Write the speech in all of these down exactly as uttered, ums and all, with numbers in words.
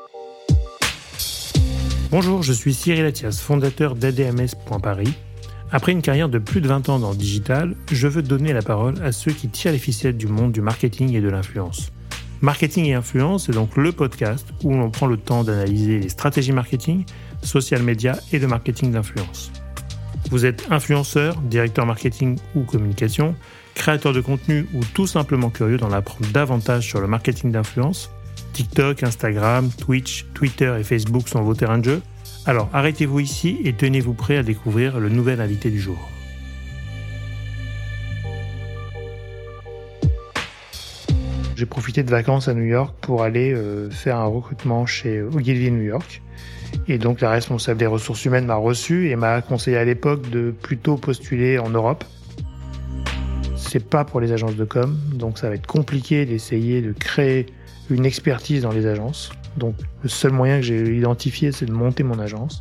Bonjour, je suis Cyril Attias, fondateur d'A D M S point Paris. Après une carrière de plus de vingt ans dans le digital, je veux donner la parole à ceux qui tirent les ficelles du monde du marketing et de l'influence. Marketing et influence est donc le podcast où l'on prend le temps d'analyser les stratégies marketing, social media et le marketing d'influence. Vous êtes influenceur, directeur marketing ou communication, créateur de contenu ou tout simplement curieux d'en apprendre davantage sur le marketing d'influence? TikTok, Instagram, Twitch, Twitter et Facebook sont vos terrains de jeu. Alors arrêtez-vous ici et tenez-vous prêts à découvrir le nouvel invité du jour. J'ai profité de vacances à New York pour aller euh, faire un recrutement chez Ogilvy New York. Et donc la responsable des ressources humaines m'a reçu et m'a conseillé à l'époque de plutôt postuler en Europe. C'est pas pour les agences de com, donc ça va être compliqué d'essayer de créer une expertise dans les agences. Donc le seul moyen que j'ai identifié, c'est de monter mon agence.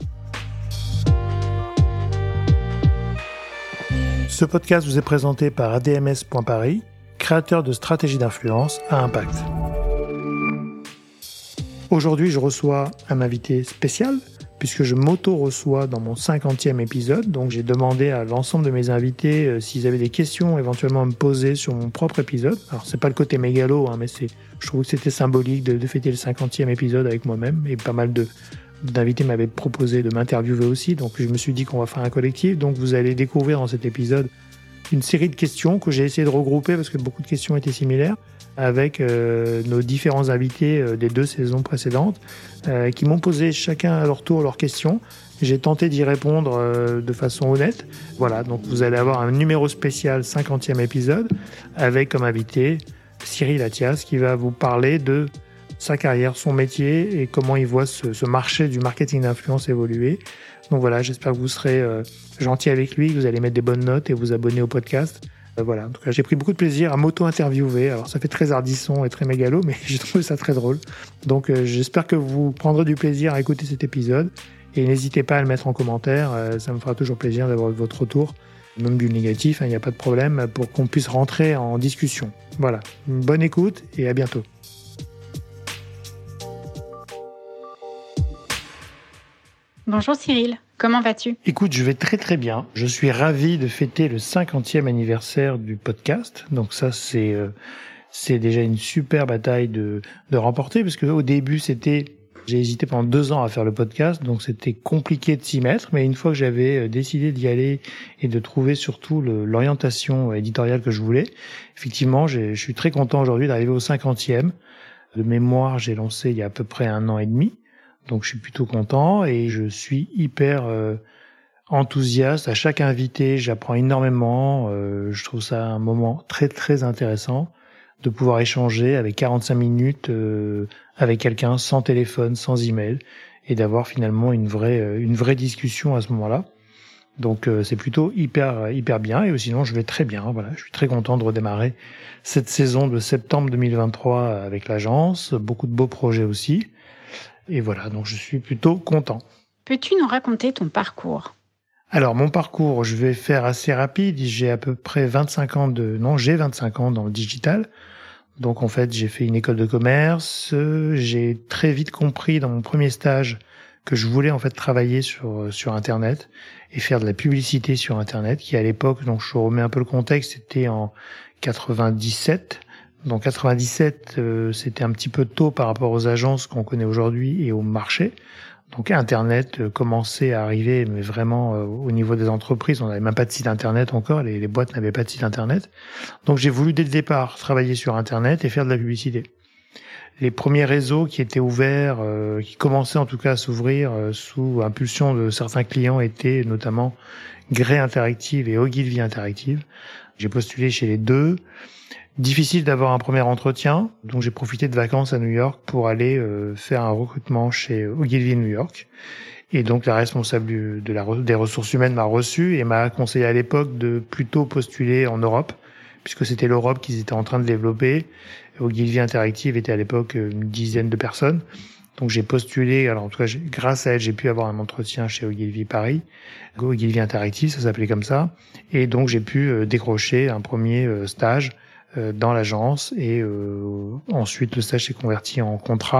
Ce podcast vous est présenté par A D M S point Paris, créateur de stratégies d'influence à impact. Aujourd'hui, je reçois un invité spécial, puisque je m'auto-reçois dans mon cinquantième épisode. Donc j'ai demandé à l'ensemble de mes invités euh, s'ils avaient des questions éventuellement à me poser sur mon propre épisode. Alors c'est pas le côté mégalo, hein, mais c'est, je trouve que c'était symbolique de, de fêter le cinquantième épisode avec moi-même. Et pas mal de, d'invités m'avaient proposé de m'interviewer aussi. Donc je me suis dit qu'on va faire un collectif. Donc vous allez découvrir dans cet épisode une série de questions que j'ai essayé de regrouper parce que beaucoup de questions étaient similaires avec euh, nos différents invités euh, des deux saisons précédentes euh, qui m'ont posé chacun à leur tour leurs questions. J'ai tenté d'y répondre euh, de façon honnête. Voilà, donc vous allez avoir un numéro spécial cinquantième épisode avec comme invité Cyril Attias qui va vous parler de sa carrière, son métier et comment il voit ce, ce marché du marketing d'influence évoluer. Donc voilà, j'espère que vous serez euh, gentil avec lui, que vous allez mettre des bonnes notes et vous abonner au podcast. Euh, voilà, en tout cas, j'ai pris beaucoup de plaisir à m'auto-interviewer. Alors ça fait très hardisson et très mégalo, mais j'ai trouvé ça très drôle. Donc euh, j'espère que vous prendrez du plaisir à écouter cet épisode. Et n'hésitez pas à le mettre en commentaire, euh, ça me fera toujours plaisir d'avoir votre retour. Même du négatif, il hein, n'y a pas de problème, pour qu'on puisse rentrer en discussion. Voilà, une bonne écoute et à bientôt. Bonjour Cyril, comment vas-tu ? Écoute, je vais très très bien. Je suis ravi de fêter le cinquantième anniversaire du podcast. Donc ça, c'est euh, c'est déjà une super bataille de de remporter parce que au début, c'était j'ai hésité pendant deux ans à faire le podcast, donc c'était compliqué de s'y mettre. Mais une fois que j'avais décidé d'y aller et de trouver surtout le, l'orientation éditoriale que je voulais, effectivement, j'ai, je suis très content aujourd'hui d'arriver au cinquantième. De mémoire, j'ai lancé il y a à peu près un an et demi. Donc je suis plutôt content et je suis hyper euh, enthousiaste. À chaque invité, j'apprends énormément. Euh, je trouve ça un moment très très intéressant de pouvoir échanger avec quarante-cinq minutes euh, avec quelqu'un sans téléphone, sans email et d'avoir finalement une vraie euh, une vraie discussion à ce moment-là. Donc euh, c'est plutôt hyper hyper bien et sinon je vais très bien. Voilà, je suis très content de redémarrer cette saison de septembre deux mille vingt-trois avec l'agence. Beaucoup de beaux projets aussi. Et voilà, donc je suis plutôt content. Peux-tu nous raconter ton parcours ? Alors, mon parcours, je vais faire assez rapide. J'ai à peu près vingt-cinq ans de... Non, j'ai vingt-cinq ans dans le digital. Donc, en fait, j'ai fait une école de commerce. J'ai très vite compris dans mon premier stage que je voulais en fait travailler sur sur Internet et faire de la publicité sur Internet, qui à l'époque, donc je remets un peu le contexte, c'était en quatre-vingt-dix-sept. Donc quatre-vingt-dix-sept, euh, c'était un petit peu tôt par rapport aux agences qu'on connaît aujourd'hui et au marché. Donc Internet euh, commençait à arriver, mais vraiment euh, au niveau des entreprises, on n'avait même pas de site Internet encore, les, les boîtes n'avaient pas de site Internet. Donc j'ai voulu dès le départ travailler sur Internet et faire de la publicité. Les premiers réseaux qui étaient ouverts, euh, qui commençaient en tout cas à s'ouvrir euh, sous impulsion de certains clients étaient notamment Grey Interactive et Ogilvy Interactive. J'ai postulé chez les deux. Difficile d'avoir un premier entretien, donc j'ai profité de vacances à New York pour aller euh, faire un recrutement chez Ogilvy New York. Et donc la responsable de la, des ressources humaines m'a reçu et m'a conseillé à l'époque de plutôt postuler en Europe, puisque c'était l'Europe qu'ils étaient en train de développer. Ogilvy Interactive était à l'époque une dizaine de personnes. Donc j'ai postulé, alors en tout cas j'ai, grâce à elle j'ai pu avoir un entretien chez Ogilvy Paris, Ogilvy Interactive ça s'appelait comme ça, et donc j'ai pu euh, décrocher un premier euh, stage euh, dans l'agence et euh, ensuite le stage s'est converti en contrat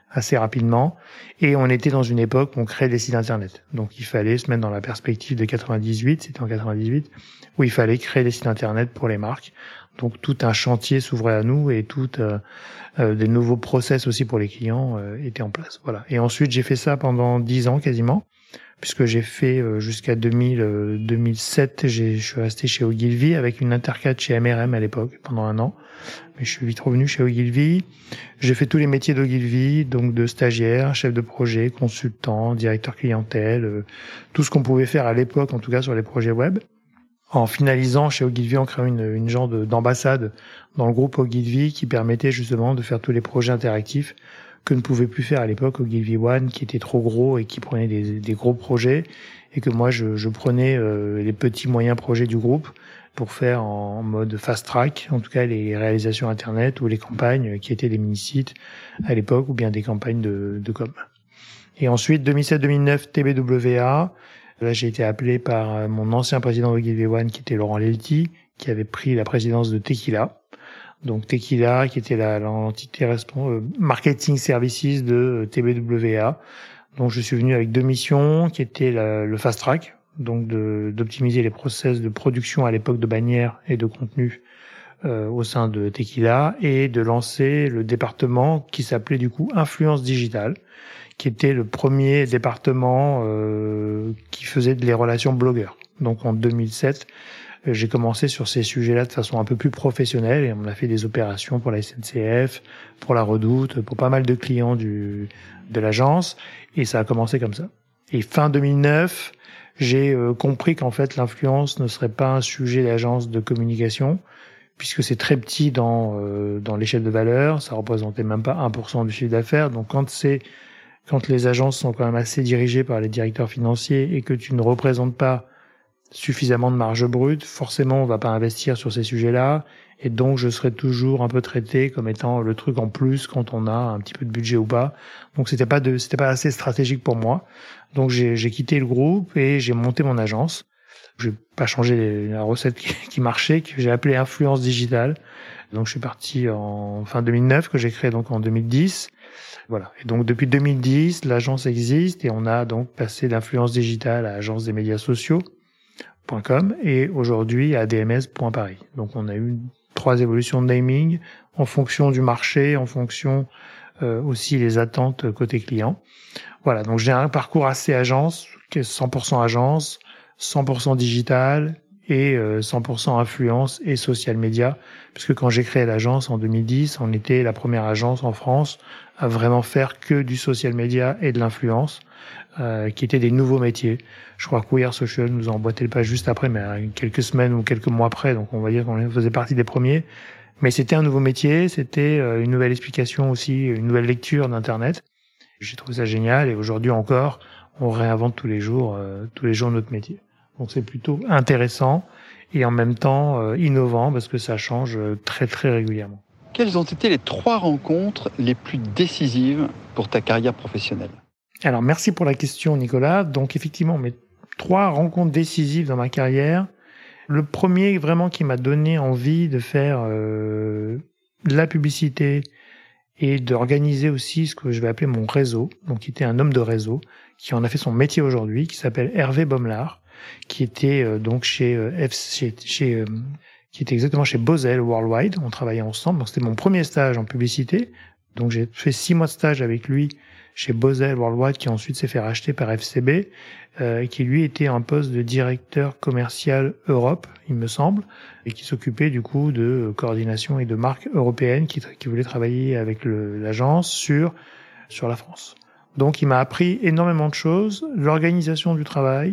assez rapidement. Et on était dans une époque où on créait des sites internet. Donc il fallait se mettre dans la perspective de quatre-vingt-dix-huit, c'était en quatre-vingt-dix-huit, où il fallait créer des sites internet pour les marques. Donc tout un chantier s'ouvrait à nous et tout euh, euh, des nouveaux process aussi pour les clients euh, étaient en place. Voilà. Et ensuite j'ai fait ça pendant dix ans quasiment, puisque j'ai fait euh, jusqu'à deux mille, euh, deux mille sept, j'ai, je suis resté chez Ogilvy avec une intercade chez M R M à l'époque pendant un an. Mais je suis vite revenu chez Ogilvy. J'ai fait tous les métiers d'Ogilvy, donc de stagiaire, chef de projet, consultant, directeur clientèle, euh, tout ce qu'on pouvait faire à l'époque, en tout cas sur les projets web. En finalisant chez Ogilvy, on crée une, une genre de, d'ambassade dans le groupe Ogilvy qui permettait justement de faire tous les projets interactifs que ne pouvait plus faire à l'époque Ogilvy One, qui était trop gros et qui prenait des, des gros projets, et que moi je, je prenais euh, les petits moyens projets du groupe pour faire en mode fast track, en tout cas les réalisations internet ou les campagnes qui étaient des mini-sites à l'époque ou bien des campagnes de, de com. Et ensuite, deux mille sept deux mille neuf, T B W A. Là, j'ai été appelé par mon ancien président d'Ogilvy One, qui était Laurent Lelty, qui avait pris la présidence de Tequila. Donc Tequila, qui était la, l'entité responsable marketing services de T B W A. Donc je suis venu avec deux missions, qui étaient la, le fast track, donc de, d'optimiser les process de production à l'époque de bannières et de contenu euh, au sein de Tequila, et de lancer le département qui s'appelait du coup Influence Digitale, qui était le premier département euh, qui faisait les relations blogueurs. Donc en deux mille sept, j'ai commencé sur ces sujets-là de façon un peu plus professionnelle, et on a fait des opérations pour la S N C F, pour la Redoute, pour pas mal de clients du de l'agence, et ça a commencé comme ça. Et fin deux mille neuf, j'ai euh, compris qu'en fait l'influence ne serait pas un sujet d'agence de communication, puisque c'est très petit dans euh, dans l'échelle de valeur, ça représentait même pas un pour cent du chiffre d'affaires. Donc quand c'est quand les agences sont quand même assez dirigées par les directeurs financiers et que tu ne représentes pas suffisamment de marge brute, forcément on va pas investir sur ces sujets-là, et donc je serai toujours un peu traité comme étant le truc en plus quand on a un petit peu de budget ou pas. Donc c'était pas de c'était pas assez stratégique pour moi. Donc j'ai j'ai quitté le groupe et j'ai monté mon agence. J'ai pas changé la recette qui, qui marchait, que j'ai appelée Influence Digitale. Donc je suis parti en fin deux mille neuf, que j'ai créé donc en deux mille dix. Voilà. Et donc depuis deux mille dix, l'agence existe et on a donc passé d'influence digitale à agence des médias sociaux point com et aujourd'hui à D M S point paris. Donc on a eu trois évolutions de naming en fonction du marché, en fonction euh, aussi les attentes côté client. Voilà. Donc j'ai un parcours assez agence, qui est cent pour cent agence, cent pour cent digital et euh, cent pour cent influence et social media, puisque quand j'ai créé l'agence en deux mille dix, on était la première agence en France à vraiment faire que du social media et de l'influence, euh, qui étaient des nouveaux métiers. Je crois que We Are Social nous a emboîté le pas juste après, mais euh, quelques semaines ou quelques mois après, donc on va dire qu'on faisait partie des premiers. Mais c'était un nouveau métier, c'était euh, une nouvelle explication aussi, une nouvelle lecture d'Internet. J'ai trouvé ça génial et aujourd'hui encore, on réinvente tous les jours, euh, tous les jours notre métier. Donc c'est plutôt intéressant et en même temps euh, innovant parce que ça change euh, très très régulièrement. Quelles ont été les trois rencontres les plus décisives pour ta carrière professionnelle ? Alors merci pour la question Nicolas. Donc effectivement, mes trois rencontres décisives dans ma carrière. Le premier vraiment qui m'a donné envie de faire euh, de la publicité et d'organiser aussi ce que je vais appeler mon réseau, donc qui était un homme de réseau, qui en a fait son métier aujourd'hui, qui s'appelle Hervé Bommelard, qui était euh, donc chez, euh, F, chez, chez euh, qui était exactement chez Bosel Worldwide. On travaillait ensemble. Donc c'était mon premier stage en publicité. Donc j'ai fait six mois de stage avec lui chez Bosel Worldwide, qui ensuite s'est fait racheter par F C B, euh, qui lui était un poste de directeur commercial Europe, il me semble, et qui s'occupait du coup de coordination et de marques européennes qui, qui voulaient travailler avec le, l'agence sur sur la France. Donc il m'a appris énormément de choses, l'organisation du travail,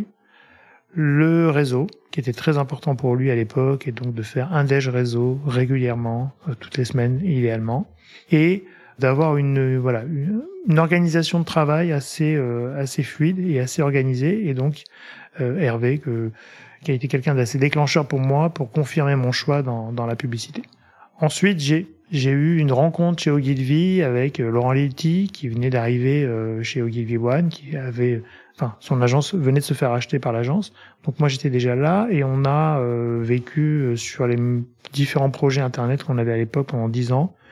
le réseau, qui était très important pour lui à l'époque, et donc de faire un déj réseau régulièrement, euh, toutes les semaines idéalement, et d'avoir une voilà une, une organisation de travail assez euh, assez fluide et assez organisée. Et donc euh, Hervé, que, qui a été quelqu'un d'assez déclencheur pour moi pour confirmer mon choix dans dans la publicité. Ensuite, j'ai j'ai eu une rencontre chez Ogilvy avec euh, Laurent Lelty, qui venait d'arriver euh, chez Ogilvy One, qui avait Enfin, son agence venait de se faire acheter par l'agence. Donc moi, j'étais déjà là et on a euh, vécu sur les différents projets Internet qu'on avait à l'époque pendant dix ans.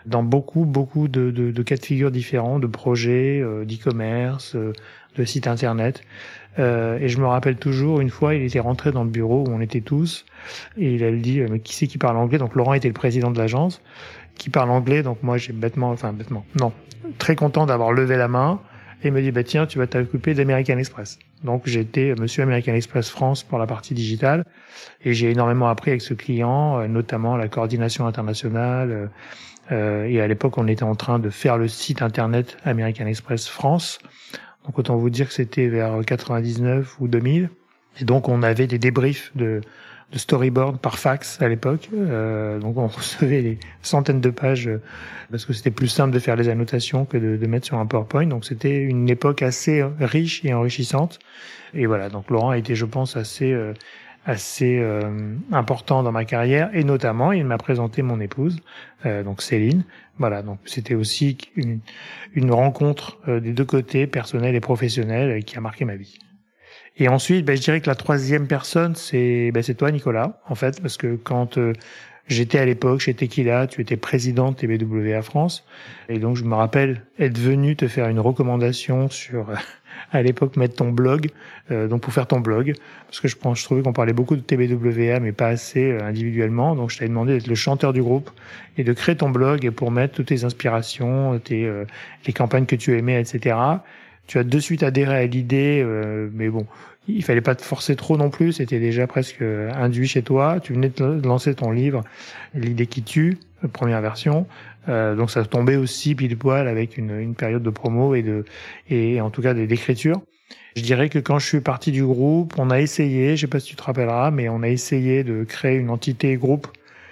dans beaucoup, beaucoup de, de, de cas de figure différents, de projets, euh, d'e-commerce, euh, de sites internet. Euh, et je me rappelle toujours, une fois, il était rentré dans le bureau où on était tous, et il a dit, mais qui c'est qui parle anglais? Donc Laurent était le président de l'agence, qui parle anglais, donc moi j'ai bêtement, enfin bêtement, non, très content d'avoir levé la main, et il me dit, bah tiens, tu vas t'occuper d'American Express. Donc j'ai été monsieur American Express France pour la partie digitale, et j'ai énormément appris avec ce client, euh, notamment la coordination internationale, euh, et à l'époque on était en train de faire le site internet American Express France. Donc autant vous dire que c'était vers quatre-vingt-dix-neuf ou deux mille. Et donc on avait des débriefs de, de storyboard par fax à l'époque. Euh, donc on recevait des centaines de pages euh, parce que c'était plus simple de faire les annotations que de, de mettre sur un PowerPoint. Donc c'était une époque assez riche et enrichissante. Et voilà, donc Laurent a été, je pense, assez euh, assez euh, important dans ma carrière, et notamment il m'a présenté mon épouse, euh, donc Céline. Voilà, donc c'était aussi une, une rencontre euh, des deux côtés, personnelle et professionnelle, euh, qui a marqué ma vie. Et ensuite, ben, je dirais que la troisième personne, c'est ben, c'est toi, Nicolas, en fait, parce que quand euh, j'étais à l'époque chez Tequila, tu étais président de T B W A France, et donc je me rappelle être venu te faire une recommandation sur, à l'époque, mettre ton blog, euh, donc pour faire ton blog, parce que je pense, je trouvais qu'on parlait beaucoup de T B W A, mais pas assez euh, individuellement, donc je t'avais demandé d'être le chanteur du groupe et de créer ton blog pour mettre toutes tes inspirations, tes euh, les campagnes que tu aimais, et cetera. Tu as de suite adhéré à l'idée, euh, mais bon, il fallait pas te forcer trop non plus, c'était déjà presque induit chez toi. Tu venais de lancer ton livre, L'idée qui tue, première version, euh, donc ça tombait aussi pile poil avec une, une période de promo et de et en tout cas d'écriture. Je dirais que quand je suis parti du groupe, on a essayé, je sais pas si tu te rappelleras, mais on a essayé de créer une entité groupe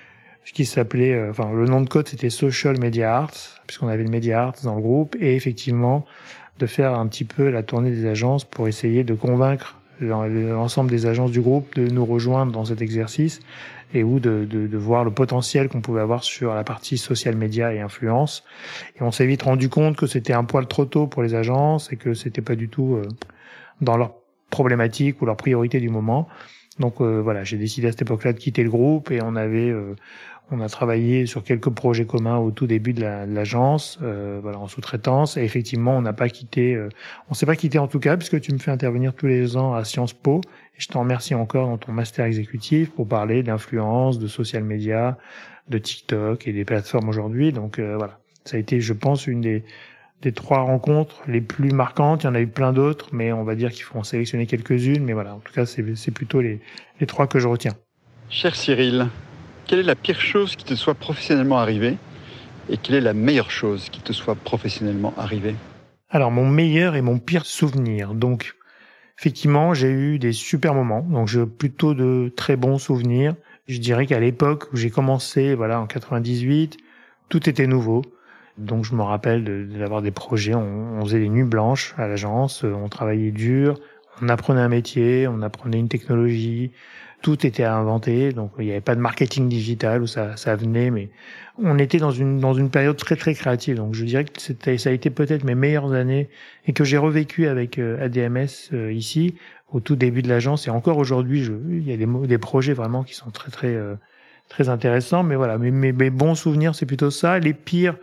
qui s'appelait, euh, enfin le nom de code c'était Social Media Arts, puisqu'on avait le Media Arts dans le groupe, et effectivement de faire un petit peu la tournée des agences pour essayer de convaincre l'ensemble des agences du groupe de nous rejoindre dans cet exercice, et ou de, de, de voir le potentiel qu'on pouvait avoir sur la partie social media et influence. Et on s'est vite rendu compte que c'était un poil trop tôt pour les agences et que c'était pas du tout euh, dans leur problématique ou leur priorité du moment. Donc euh, voilà, j'ai décidé à cette époque-là de quitter le groupe, et on avait euh, on a travaillé sur quelques projets communs au tout début de, la, de l'agence, euh, voilà, en sous-traitance. Et effectivement, on n'a pas quitté, euh, on s'est pas quitté en tout cas, puisque tu me fais intervenir tous les ans à Sciences Po. Et je t'en remercie encore dans ton master exécutif pour parler d'influence, de social media, de TikTok et des plateformes aujourd'hui. Donc euh, voilà, ça a été, je pense, une des des trois rencontres les plus marquantes. Il y en a eu plein d'autres, mais on va dire qu'il faut en sélectionner quelques-unes. Mais voilà, en tout cas, c'est, c'est plutôt les, les trois que je retiens. Cher Cyril, quelle est la pire chose qui te soit professionnellement arrivée, et quelle est la meilleure chose qui te soit professionnellement arrivée? Alors, mon meilleur et mon pire souvenir. Donc, effectivement, j'ai eu des super moments. Donc, j'ai plutôt de très bons souvenirs. Je dirais qu'à l'époque où j'ai commencé, voilà, en quatre-vingt-dix-huit, tout était nouveau. Donc, je me rappelle de, d'avoir des projets. On, on faisait des nuits blanches à l'agence. On travaillait dur. On apprenait un métier. On apprenait une technologie. Tout était à inventer. Donc, il n'y avait pas de marketing digital où ça, ça venait. Mais on était dans une, dans une période très, très créative. Donc, je dirais que c'était, ça a été peut-être mes meilleures années et que j'ai revécu avec euh, A D M S euh, ici au tout début de l'agence. Et encore aujourd'hui, je, il y a des, des projets vraiment qui sont très, très, euh, très intéressants. Mais voilà, mes, mes, mes bons souvenirs, c'est plutôt ça. Les pires,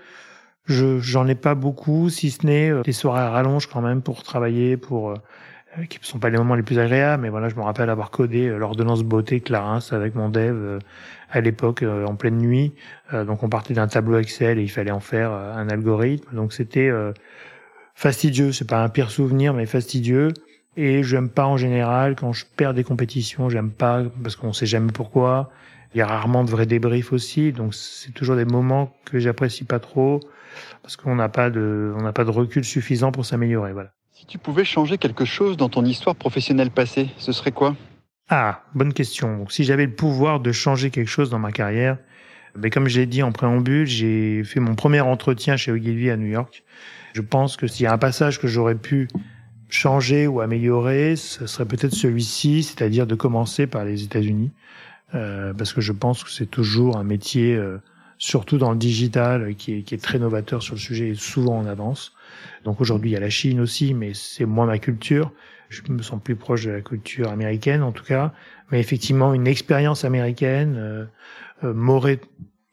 Je, j'en ai pas beaucoup, si ce n'est euh, des soirées à rallonge quand même pour travailler, pour euh, qui ne sont pas les moments les plus agréables. Mais voilà, je me rappelle avoir codé euh, l'ordonnance beauté Clarins avec mon dev euh, à l'époque euh, en pleine nuit. Euh, donc on partait d'un tableau Excel et il fallait en faire euh, un algorithme. Donc c'était euh, fastidieux. C'est pas un pire souvenir, mais fastidieux. Et j'aime pas en général quand je perds des compétitions. J'aime pas parce qu'on sait jamais pourquoi. Il y a rarement de vrais débriefs aussi. Donc c'est toujours des moments que j'apprécie pas trop, parce qu'on n'a pas de, on n'a pas de recul suffisant pour s'améliorer, voilà. Si tu pouvais changer quelque chose dans ton histoire professionnelle passée, ce serait quoi? Ah, bonne question. Donc, si j'avais le pouvoir de changer quelque chose dans ma carrière, ben, comme j'ai dit en préambule, j'ai fait mon premier entretien chez Ogilvy à New York. Je pense que s'il y a un passage que j'aurais pu changer ou améliorer, ce serait peut-être celui-ci, c'est-à-dire de commencer par les États-Unis, euh, parce que je pense que c'est toujours un métier, euh, surtout dans le digital, qui est, qui est très novateur sur le sujet et souvent en avance. Donc aujourd'hui, il y a la Chine aussi, mais c'est moins ma culture. Je me sens plus proche de la culture américaine, en tout cas. Mais effectivement, une expérience américaine euh, euh, m'aurait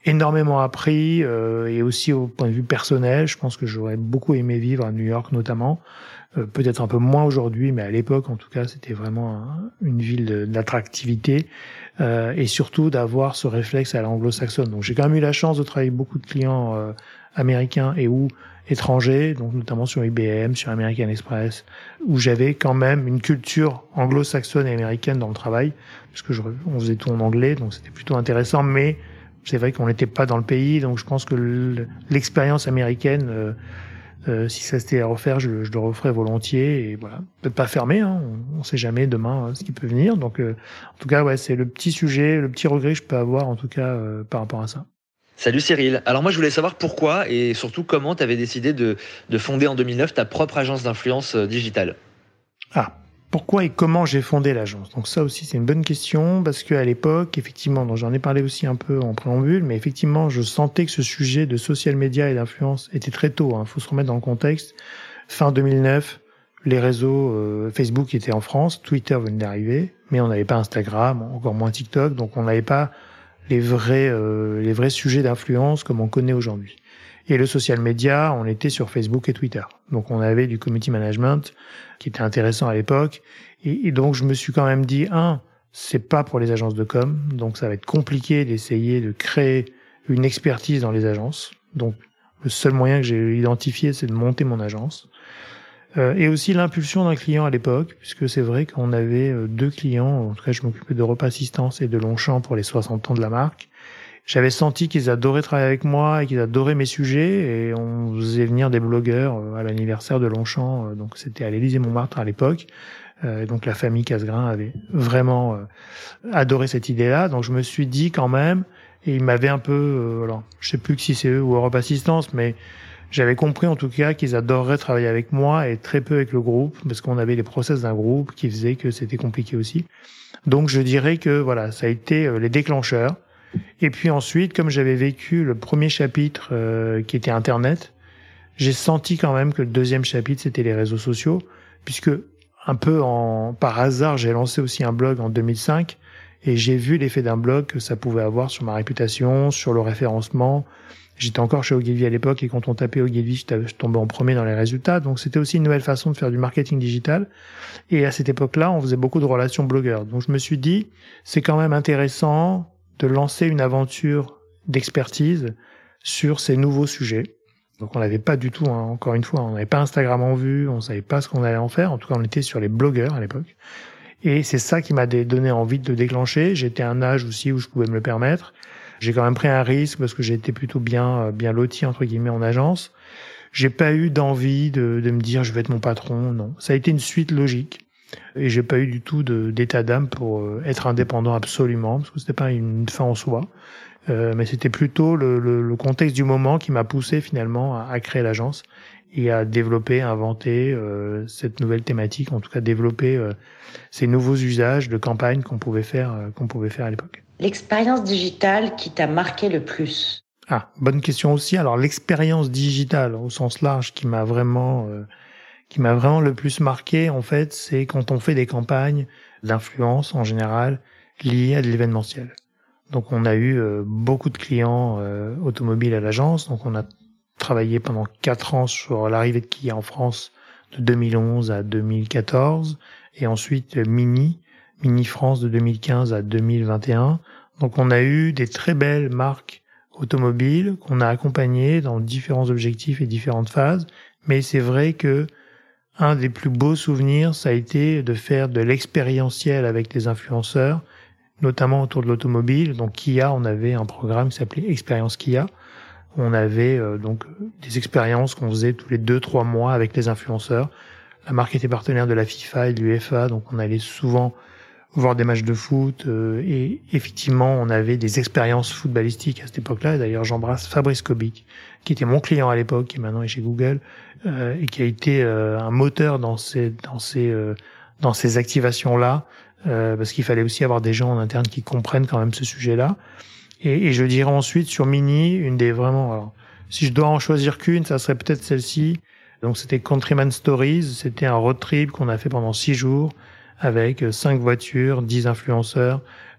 énormément appris euh, et aussi au point de vue personnel, je pense que j'aurais beaucoup aimé vivre à New York notamment. Euh, peut-être un peu moins aujourd'hui, mais à l'époque, en tout cas, c'était vraiment un, une ville de, d'attractivité euh, et surtout d'avoir ce réflexe à l'anglo-saxonne. Donc, j'ai quand même eu la chance de travailler avec beaucoup de clients euh, américains et ou étrangers, donc notamment sur I B M, sur American Express, où j'avais quand même une culture anglo-saxonne et américaine dans le travail, puisque je, on faisait tout en anglais, donc c'était plutôt intéressant, mais c'est vrai qu'on n'était pas dans le pays, donc je pense que l'expérience américaine... Euh, Euh, si ça c'était à refaire, je, je le referais volontiers et voilà, peut-être pas fermé, hein, on, on sait jamais demain euh, ce qui peut venir. Donc, euh, en tout cas, ouais, c'est le petit sujet, le petit regret que je peux avoir en tout cas euh, par rapport à ça. Salut Cyril. Alors moi je voulais savoir pourquoi et surtout comment tu avais décidé de, de fonder en deux mille neuf ta propre agence d'influence digitale. Ah. Pourquoi et comment j'ai fondé l'agence? Donc ça aussi c'est une bonne question parce que à l'époque, effectivement, donc j'en ai parlé aussi un peu en préambule, mais effectivement je sentais que ce sujet de social media et d'influence était très tôt. Il hein, faut se remettre dans le contexte. Fin deux mille neuf, les réseaux euh, Facebook étaient en France, Twitter venait d'arriver, mais on n'avait pas Instagram, encore moins TikTok, donc on n'avait pas les vrais euh, les vrais sujets d'influence comme on connaît aujourd'hui. Et le social media, on était sur Facebook et Twitter. Donc on avait du community management qui était intéressant à l'époque. Et, et donc je me suis quand même dit, un, c'est pas pour les agences de com, donc ça va être compliqué d'essayer de créer une expertise dans les agences. Donc le seul moyen que j'ai identifié, c'est de monter mon agence. Euh, et aussi l'impulsion d'un client à l'époque, puisque c'est vrai qu'on avait deux clients, en tout cas je m'occupais de Repas Assistance et de Longchamp pour les soixante ans de la marque. J'avais senti qu'ils adoraient travailler avec moi et qu'ils adoraient mes sujets et on faisait venir des blogueurs à l'anniversaire de Longchamp, donc c'était à l'Élysée-Montmartre à l'époque. Euh, donc la famille Casgrain avait vraiment euh, adoré cette idée-là, donc je me suis dit quand même, et ils m'avaient un peu, euh, alors je sais plus si c'est eux ou Europe Assistance, mais j'avais compris en tout cas qu'ils adoreraient travailler avec moi et très peu avec le groupe, parce qu'on avait les process d'un groupe qui faisaient que c'était compliqué aussi. Donc je dirais que voilà, ça a été euh, les déclencheurs. Et puis ensuite, comme j'avais vécu le premier chapitre euh, qui était Internet, j'ai senti quand même que le deuxième chapitre, c'était les réseaux sociaux, puisque un peu en par hasard, j'ai lancé aussi un blog en deux mille cinq et j'ai vu l'effet d'un blog que ça pouvait avoir sur ma réputation, sur le référencement. J'étais encore chez Ogilvy à l'époque et quand on tapait Ogilvy, je tombais en premier dans les résultats. Donc c'était aussi une nouvelle façon de faire du marketing digital. Et à cette époque-là, on faisait beaucoup de relations blogueurs. Donc je me suis dit, c'est quand même intéressant de lancer une aventure d'expertise sur ces nouveaux sujets. Donc on n'avait pas du tout, hein, encore une fois, on n'avait pas Instagram en vue, on savait pas ce qu'on allait en faire. En tout cas, on était sur les blogueurs à l'époque. Et c'est ça qui m'a donné envie de déclencher. J'étais à un âge aussi où je pouvais me le permettre. J'ai quand même pris un risque parce que j'ai été plutôt bien, bien loti, entre guillemets, en agence. J'ai pas eu d'envie de, de me dire je vais être mon patron, non. Ça a été une suite logique. Et j'ai pas eu du tout de, d'état d'âme pour euh, être indépendant absolument, parce que c'était pas une fin en soi. Euh, mais c'était plutôt le, le, le contexte du moment qui m'a poussé finalement à, à créer l'agence et à développer, à inventer euh, cette nouvelle thématique, en tout cas développer euh, ces nouveaux usages de campagne qu'on pouvait faire, euh, qu'on pouvait faire à l'époque. L'expérience digitale qui t'a marqué le plus? Ah, bonne question aussi. Alors l'expérience digitale au sens large qui m'a vraiment euh, qui m'a vraiment le plus marqué, en fait, c'est quand on fait des campagnes d'influence en général liées à de l'événementiel. Donc on a eu euh, beaucoup de clients euh, automobiles à l'agence, donc on a travaillé pendant quatre ans sur l'arrivée de Kia en France de deux mille onze à deux mille quatorze et ensuite Mini, Mini France de deux mille quinze à deux mille vingt et un. Donc on a eu des très belles marques automobiles qu'on a accompagnées dans différents objectifs et différentes phases, mais c'est vrai que un des plus beaux souvenirs, ça a été de faire de l'expérientiel avec les influenceurs, notamment autour de l'automobile. Donc Kia, on avait un programme qui s'appelait Expérience Kia. On avait euh, donc des expériences qu'on faisait tous les deux, trois mois avec les influenceurs. La marque était partenaire de la FIFA et de l'UEFA, donc on allait souvent voir des matchs de foot. Euh, et effectivement, on avait des expériences footballistiques à cette époque-là. Et d'ailleurs, j'embrasse Fabrice Kobic, qui était mon client à l'époque, qui maintenant est chez Google, euh, et qui a été euh, un moteur dans ces dans ces euh, dans ces activations-là, euh, parce qu'il fallait aussi avoir des gens en interne qui comprennent quand même ce sujet-là. Et, et je dirais ensuite sur Mini, une des vraiment, alors, si je dois en choisir qu'une, ça serait peut-être celle-ci. Donc c'était Countryman Stories, c'était un road trip qu'on a fait pendant six jours avec cinq voitures, dix influenceurs,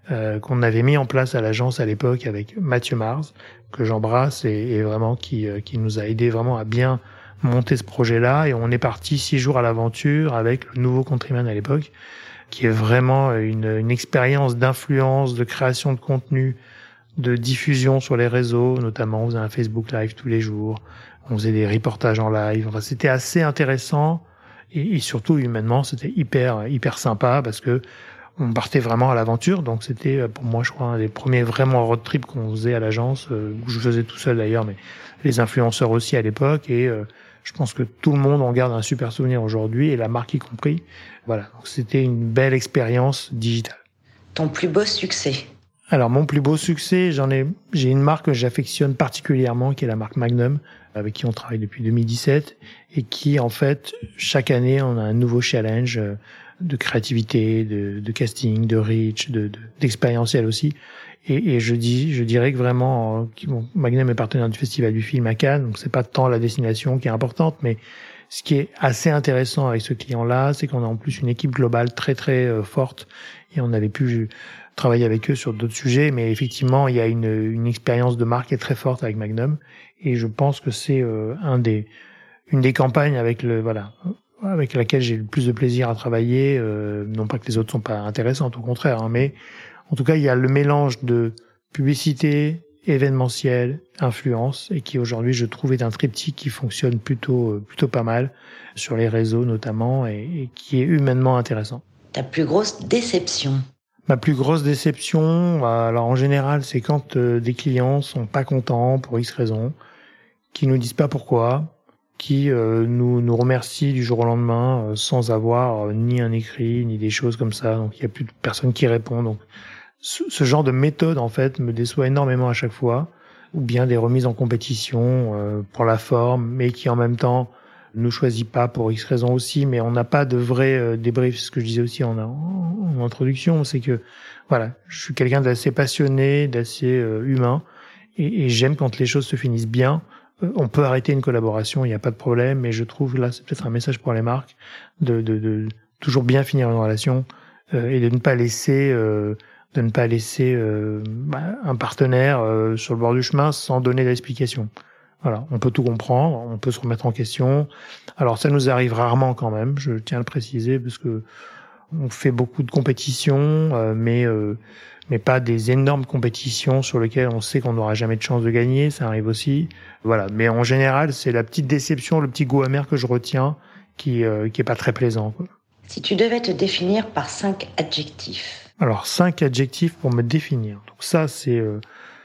euh, qu'on avait mis en place à l'agence à l'époque avec Mathieu Mars, que j'embrasse et, et vraiment qui, euh, qui nous a aidé vraiment à bien monter ce projet-là. Et on est parti six jours à l'aventure avec le nouveau Countryman à l'époque, qui est vraiment une, une expérience d'influence, de création de contenu, de diffusion sur les réseaux, notamment on faisait un Facebook Live tous les jours, on faisait des reportages en live. Enfin, c'était assez intéressant et, et surtout humainement, c'était hyper hyper sympa parce que on partait vraiment à l'aventure. Donc c'était pour moi, je crois, un des premiers vraiment road trip qu'on faisait à l'agence, euh, où je faisais tout seul d'ailleurs, mais les influenceurs aussi à l'époque. Et euh, je pense que tout le monde en garde un super souvenir aujourd'hui et la marque y compris. Voilà, donc c'était une belle expérience digitale. Ton plus beau succès? Alors mon plus beau succès, j'en ai, j'ai une marque que j'affectionne particulièrement, qui est la marque Magnum, avec qui on travaille depuis deux mille dix-sept et qui en fait chaque année on a un nouveau challenge de créativité, de, de casting, de reach, de, de d'expérientiel aussi. Et, et je dis, je dirais que vraiment, bon, Magnum est partenaire du Festival du film à Cannes, donc c'est pas tant la destination qui est importante, mais ce qui est assez intéressant avec ce client-là, c'est qu'on a en plus une équipe globale très très euh, forte et on avait pu travailler avec eux sur d'autres sujets, mais effectivement, il y a une, une expérience de marque qui est très forte avec Magnum, et je pense que c'est euh, un des, une des campagnes avec le, voilà, avec laquelle j'ai le plus de plaisir à travailler. Euh, non pas que les autres sont pas intéressantes, au contraire, hein, mais en tout cas, il y a le mélange de publicité, événementiel, influence, et qui aujourd'hui, je trouve, est un triptyque qui fonctionne plutôt, plutôt pas mal sur les réseaux notamment, et, et qui est humainement intéressant. Ta plus grosse déception? Ma plus grosse déception, alors en général, c'est quand euh, des clients sont pas contents pour X raisons, qui nous disent pas pourquoi, qui euh, nous nous remercient du jour au lendemain euh, sans avoir euh, ni un écrit ni des choses comme ça. Donc il y a plus de personne qui répond. Donc ce, ce genre de méthode en fait me déçoit énormément à chaque fois, ou bien des remises en compétition euh, pour la forme, mais qui en même temps nous choisit pas pour X raisons aussi, mais on n'a pas de vrai euh, débrief. Ce que je disais aussi en, en, en introduction, c'est que voilà, je suis quelqu'un d'assez passionné, d'assez euh, humain, et, et j'aime quand les choses se finissent bien. Euh, on peut arrêter une collaboration, il n'y a pas de problème, mais je trouve là, c'est peut-être un message pour les marques de, de, de toujours bien finir une relation euh, et de ne pas laisser, euh, de ne pas laisser euh, bah, un partenaire euh, sur le bord du chemin sans donner d'explication. Voilà, on peut tout comprendre, on peut se remettre en question. Alors ça nous arrive rarement quand même, je tiens à le préciser, parce que on fait beaucoup de compétitions, euh, mais euh, mais pas des énormes compétitions sur lesquelles on sait qu'on n'aura jamais de chance de gagner, ça arrive aussi. Voilà, mais en général, c'est la petite déception, le petit goût amer que je retiens, qui euh, qui est pas très plaisant, quoi. Si tu devais te définir par cinq adjectifs? Alors cinq adjectifs pour me définir. Donc ça, c'est euh,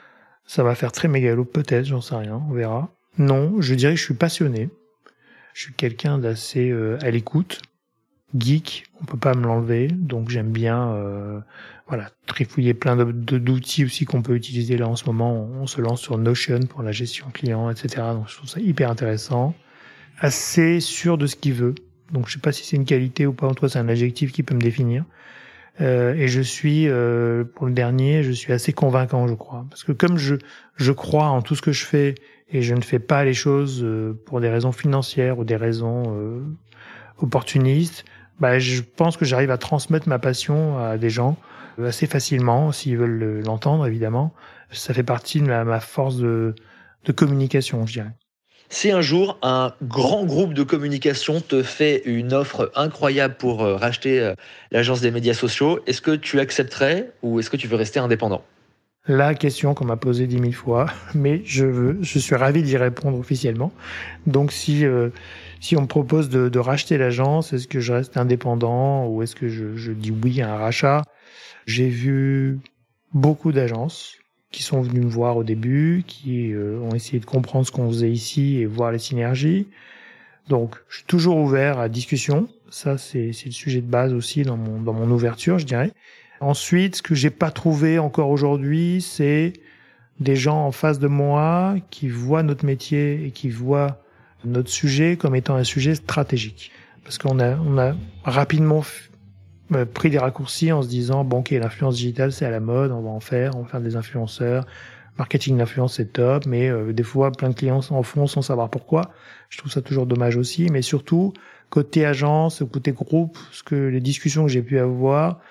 ça va faire très mégalo, peut-être, j'en sais rien, on verra. Non, je dirais que je suis passionné. Je suis quelqu'un d'assez euh, à l'écoute, geek, on peut pas me l'enlever, donc j'aime bien euh, voilà, trifouiller plein de, de, d'outils aussi qu'on peut utiliser là en ce moment. On, on se lance sur Notion pour la gestion client, et cetera. Donc je trouve ça hyper intéressant. Assez sûr de ce qu'il veut. Donc je sais pas si c'est une qualité ou pas, en tout cas c'est un adjectif qui peut me définir. Euh, et je suis, euh, pour le dernier, je suis assez convaincant, je crois. Parce que comme je, je crois en tout ce que je fais et je ne fais pas les choses euh, pour des raisons financières ou des raisons euh, opportunistes, bah, je pense que j'arrive à transmettre ma passion à des gens euh, assez facilement, s'ils veulent l'entendre, évidemment. Ça fait partie de ma, ma force de, de communication, je dirais. Si un jour, un grand groupe de communication te fait une offre incroyable pour racheter l'agence des médias sociaux, est-ce que tu accepterais ou est-ce que tu veux rester indépendant? La question qu'on m'a posée dix mille fois, mais je veux, je suis ravi d'y répondre officiellement. Donc si euh, si on me propose de, de racheter l'agence, est-ce que je reste indépendant ou est-ce que je, je dis oui à un rachat? J'ai vu beaucoup d'agences qui sont venus me voir au début, qui euh, ont essayé de comprendre ce qu'on faisait ici et voir les synergies. Donc, je suis toujours ouvert à discussion. Ça, c'est, c'est le sujet de base aussi dans mon, dans mon ouverture, je dirais. Ensuite, ce que j'ai pas trouvé encore aujourd'hui, c'est des gens en face de moi qui voient notre métier et qui voient notre sujet comme étant un sujet stratégique. Parce qu'on a, on a rapidement pris des raccourcis en se disant bon, ok, l'influence digitale c'est à la mode, on va en faire, on va faire des influenceurs, marketing d'influence c'est top, mais euh, des fois plein de clients en font sans savoir pourquoi. Je trouve ça toujours dommage aussi, mais surtout côté agence, côté groupe, ce que les discussions que j'ai pu avoir,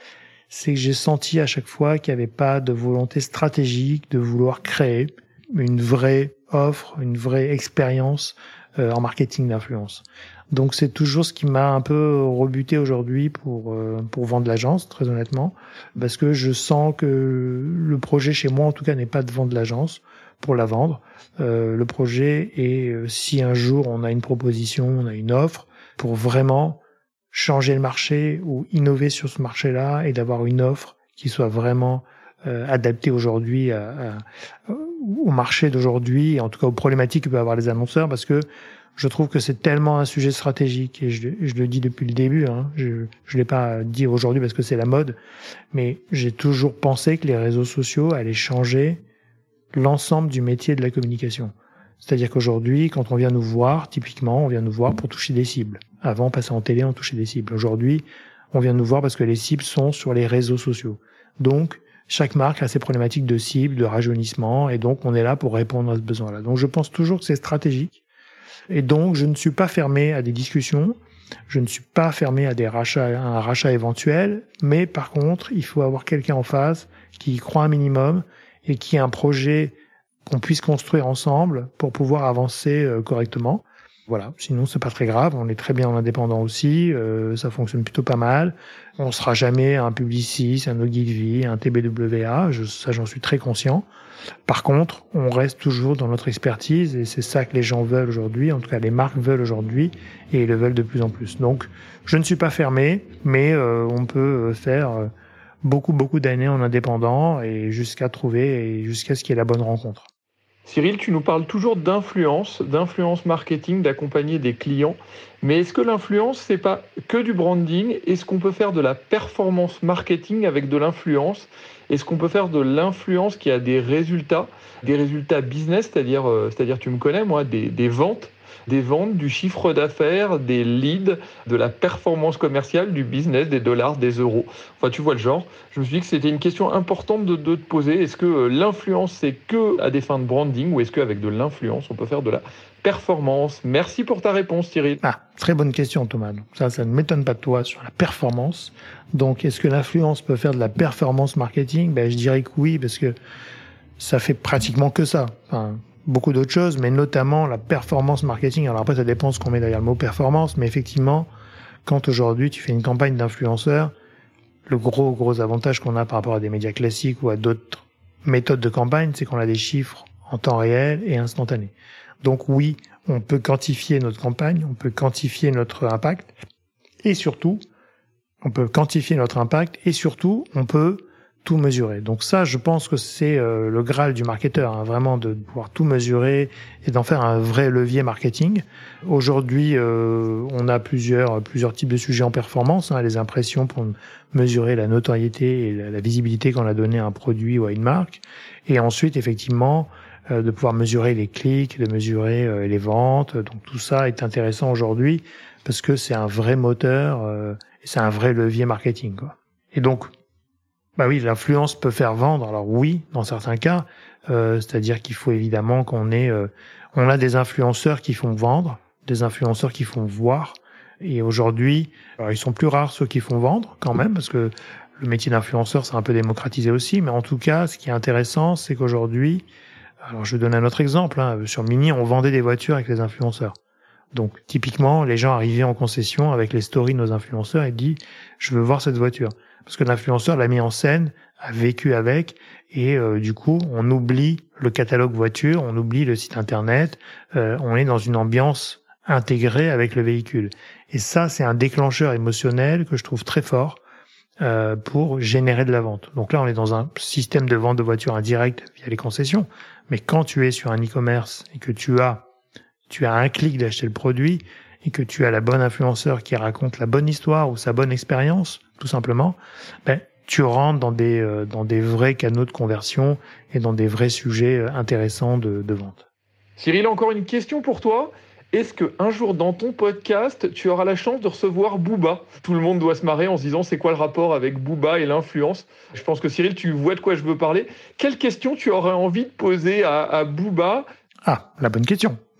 c'est que j'ai senti à chaque fois qu'il n'y avait pas de volonté stratégique de vouloir créer une vraie offre, une vraie expérience euh, en marketing d'influence. Donc c'est toujours ce qui m'a un peu rebuté aujourd'hui pour euh, pour vendre l'agence, très honnêtement, parce que je sens que le projet chez moi, en tout cas, n'est pas de vendre l'agence pour la vendre. Euh, le projet est, euh, si un jour on a une proposition, on a une offre, pour vraiment changer le marché ou innover sur ce marché-là et d'avoir une offre qui soit vraiment euh, adaptée aujourd'hui à, à, au marché d'aujourd'hui, et en tout cas aux problématiques que peuvent avoir les annonceurs, parce que je trouve que c'est tellement un sujet stratégique, et je, je le dis depuis le début, hein, je ne l'ai pas dit aujourd'hui parce que c'est la mode, mais j'ai toujours pensé que les réseaux sociaux allaient changer l'ensemble du métier de la communication. C'est-à-dire qu'aujourd'hui, quand on vient nous voir, typiquement, on vient nous voir pour toucher des cibles. Avant, on passait en télé, on touchait des cibles. Aujourd'hui, on vient nous voir parce que les cibles sont sur les réseaux sociaux. Donc, chaque marque a ses problématiques de cibles, de rajeunissement, et donc on est là pour répondre à ce besoin-là. Donc, je pense toujours que c'est stratégique. Et donc, je ne suis pas fermé à des discussions, je ne suis pas fermé à des rachats, à un rachat éventuel, mais par contre, il faut avoir quelqu'un en face qui y croit un minimum et qui a un projet qu'on puisse construire ensemble pour pouvoir avancer euh, correctement. Voilà, sinon c'est pas très grave, on est très bien en indépendant aussi, euh, ça fonctionne plutôt pas mal. On sera jamais un Publicis, un Ogilvy, un T B W A, je, ça j'en suis très conscient. Par contre, on reste toujours dans notre expertise et c'est ça que les gens veulent aujourd'hui, en tout cas les marques veulent aujourd'hui et ils le veulent de plus en plus. Donc je ne suis pas fermé, mais euh, on peut faire euh, beaucoup beaucoup d'années en indépendant et jusqu'à trouver et jusqu'à ce qu'il y ait la bonne rencontre. Cyril, tu nous parles toujours d'influence, d'influence marketing, d'accompagner des clients. Mais est-ce que l'influence, c'est pas que du branding? Est-ce qu'on peut faire de la performance marketing avec de l'influence? Est-ce qu'on peut faire de l'influence qui a des résultats, des résultats business, c'est-à-dire, euh, c'est-à-dire tu me connais, moi, des, des ventes, des ventes, du chiffre d'affaires, des leads, de la performance commerciale, du business, des dollars, des euros. Enfin, tu vois le genre. Je me suis dit que c'était une question importante de, de te poser. Est-ce que l'influence, c'est que à des fins de branding ou est-ce qu'avec de l'influence, on peut faire de la performance? Merci pour ta réponse, Cyril. Ah, très bonne question, Thomas. Ça, ça ne m'étonne pas de toi sur la performance. Donc, est-ce que l'influence peut faire de la performance marketing? Ben, je dirais que oui, parce que ça fait pratiquement que ça. Enfin, beaucoup d'autres choses, mais notamment la performance marketing. Alors après, ça dépend ce qu'on met derrière le mot performance, mais effectivement, quand aujourd'hui tu fais une campagne d'influenceurs, le gros, gros avantage qu'on a par rapport à des médias classiques ou à d'autres méthodes de campagne, c'est qu'on a des chiffres en temps réel et instantanés. Donc oui, on peut quantifier notre campagne, on peut quantifier notre impact, et surtout, on peut quantifier notre impact, et surtout, on peut tout mesurer. Donc ça, je pense que c'est euh, le Graal du marketeur, hein, vraiment de pouvoir tout mesurer et d'en faire un vrai levier marketing. Aujourd'hui, euh, on a plusieurs plusieurs types de sujets en performance, hein, les impressions pour mesurer la notoriété et la, la visibilité qu'on a donné à un produit ou à une marque. Et ensuite, effectivement, euh, de pouvoir mesurer les clics, de mesurer euh, les ventes. Donc tout ça est intéressant aujourd'hui parce que c'est un vrai moteur euh, et c'est un vrai levier marketing, quoi. Et donc, bah oui, l'influence peut faire vendre. Alors oui, dans certains cas, euh, c'est-à-dire qu'il faut évidemment qu'on ait, euh, on a des influenceurs qui font vendre, des influenceurs qui font voir. Et aujourd'hui, alors ils sont plus rares ceux qui font vendre quand même, parce que le métier d'influenceur c'est un peu démocratisé aussi. Mais en tout cas, ce qui est intéressant, c'est qu'aujourd'hui, alors je donne un autre exemple. Hein, sur Mini, on vendait des voitures avec les influenceurs. Donc typiquement, les gens arrivaient en concession avec les stories de nos influenceurs et disent « je veux voir cette voiture ». Parce que l'influenceur l'a mis en scène, a vécu avec, et euh, du coup, on oublie le catalogue voiture, on oublie le site internet, euh, on est dans une ambiance intégrée avec le véhicule. Et ça, c'est un déclencheur émotionnel que je trouve très fort euh, pour générer de la vente. Donc là, on est dans un système de vente de voitures indirect via les concessions, mais quand tu es sur un e-commerce et que tu as, tu as un clic d'acheter le produit, et que tu as la bonne influenceur qui raconte la bonne histoire ou sa bonne expérience, tout simplement, ben, tu rentres dans des, euh, dans des vrais canaux de conversion et dans des vrais sujets euh, intéressants de, de vente. Cyril, encore une question pour toi. Est-ce qu'un jour dans ton podcast, tu auras la chance de recevoir Booba? Tout le monde doit se marrer en se disant c'est quoi le rapport avec Booba et l'influence? Je pense que Cyril, tu vois de quoi je veux parler. Quelle question tu aurais envie de poser à, à Booba? Ah, la bonne question.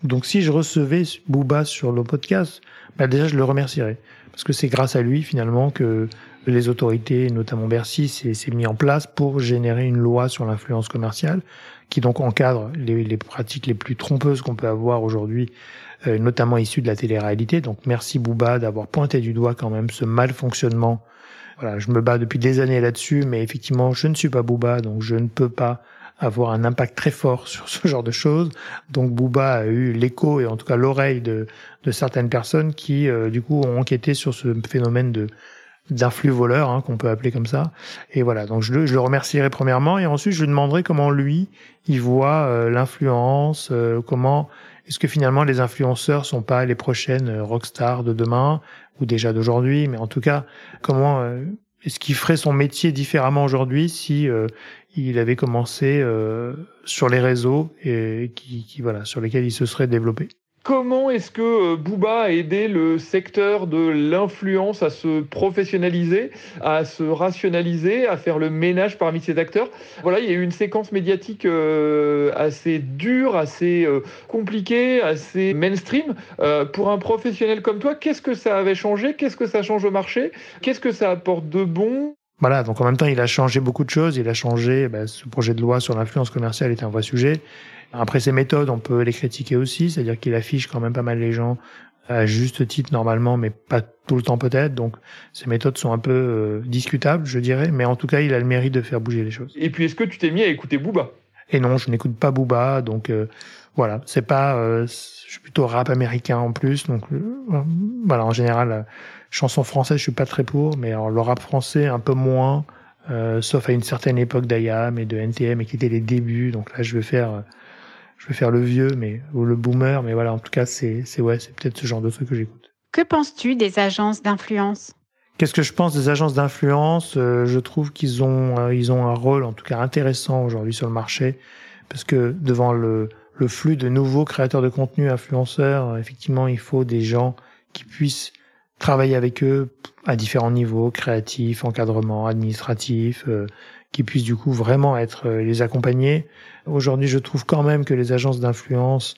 Donc si je recevais Booba sur le podcast, bah déjà je le remercierais. Parce que c'est grâce à lui finalement que les autorités, notamment Bercy, s'est, s'est mis en place pour générer une loi sur l'influence commerciale qui donc encadre les, les pratiques les plus trompeuses qu'on peut avoir aujourd'hui, euh, notamment issues de la télé-réalité. Donc merci Booba d'avoir pointé du doigt quand même ce mal-fonctionnement. Voilà, je me bats depuis des années là-dessus, mais effectivement, je ne suis pas Booba, donc je ne peux pas avoir un impact très fort sur ce genre de choses. Donc Booba a eu l'écho et en tout cas l'oreille de, de certaines personnes qui, euh, du coup, ont enquêté sur ce phénomène de d'influx voleur, hein, qu'on peut appeler comme ça. Et voilà, donc je le, je le remercierai premièrement, et ensuite je lui demanderai comment lui, il voit euh, l'influence, euh, comment est-ce que finalement les influenceurs sont pas les prochaines rockstars de demain, ou déjà d'aujourd'hui, mais en tout cas, comment euh, est-ce qu'il ferait son métier différemment aujourd'hui si euh, il avait commencé euh, sur les réseaux et qui, qui voilà, sur lesquels il se serait développé. Comment est-ce que Booba a aidé le secteur de l'influence à se professionnaliser, à se rationaliser, à faire le ménage parmi ses acteurs? Voilà, il y a eu une séquence médiatique euh, assez dure, assez euh, compliquée, assez mainstream. Euh, pour un professionnel comme toi, qu'est-ce que ça avait changé? Qu'est-ce que ça change au marché? Qu'est-ce que ça apporte de bon? Voilà, donc en même temps, il a changé beaucoup de choses. Il a changé, bah, ce projet de loi sur l'influence commerciale est un vrai sujet. Après, ses méthodes, on peut les critiquer aussi, c'est-à-dire qu'il affiche quand même pas mal les gens à juste titre normalement, mais pas tout le temps peut-être. Donc, ses méthodes sont un peu euh, discutables, je dirais, mais en tout cas, il a le mérite de faire bouger les choses. Et puis, est-ce que tu t'es mis à écouter Booba? Et non, je n'écoute pas Booba, donc euh, voilà, c'est pas, euh, je suis plutôt rap américain en plus, donc euh, voilà, en général, euh, chanson française, je suis pas très pour, mais alors, le rap français un peu moins, euh, sauf à une certaine époque d'I A M et de N T M et qui étaient les débuts. Donc là, je vais faire, euh, je vais faire le vieux, mais ou le boomer, mais voilà, en tout cas, c'est, c'est ouais, c'est peut-être ce genre de truc que j'écoute. Que penses-tu des agences d'influence? Qu'est-ce que je pense des agences d'influence? euh, Je trouve qu'ils ont, euh, ils ont un rôle, en tout cas intéressant aujourd'hui sur le marché, parce que devant le, le flux de nouveaux créateurs de contenu, influenceurs, euh, effectivement, il faut des gens qui puissent travailler avec eux à différents niveaux, créatifs, encadrement, administratif, euh, qui puissent du coup vraiment être euh, les accompagner. Aujourd'hui, je trouve quand même que les agences d'influence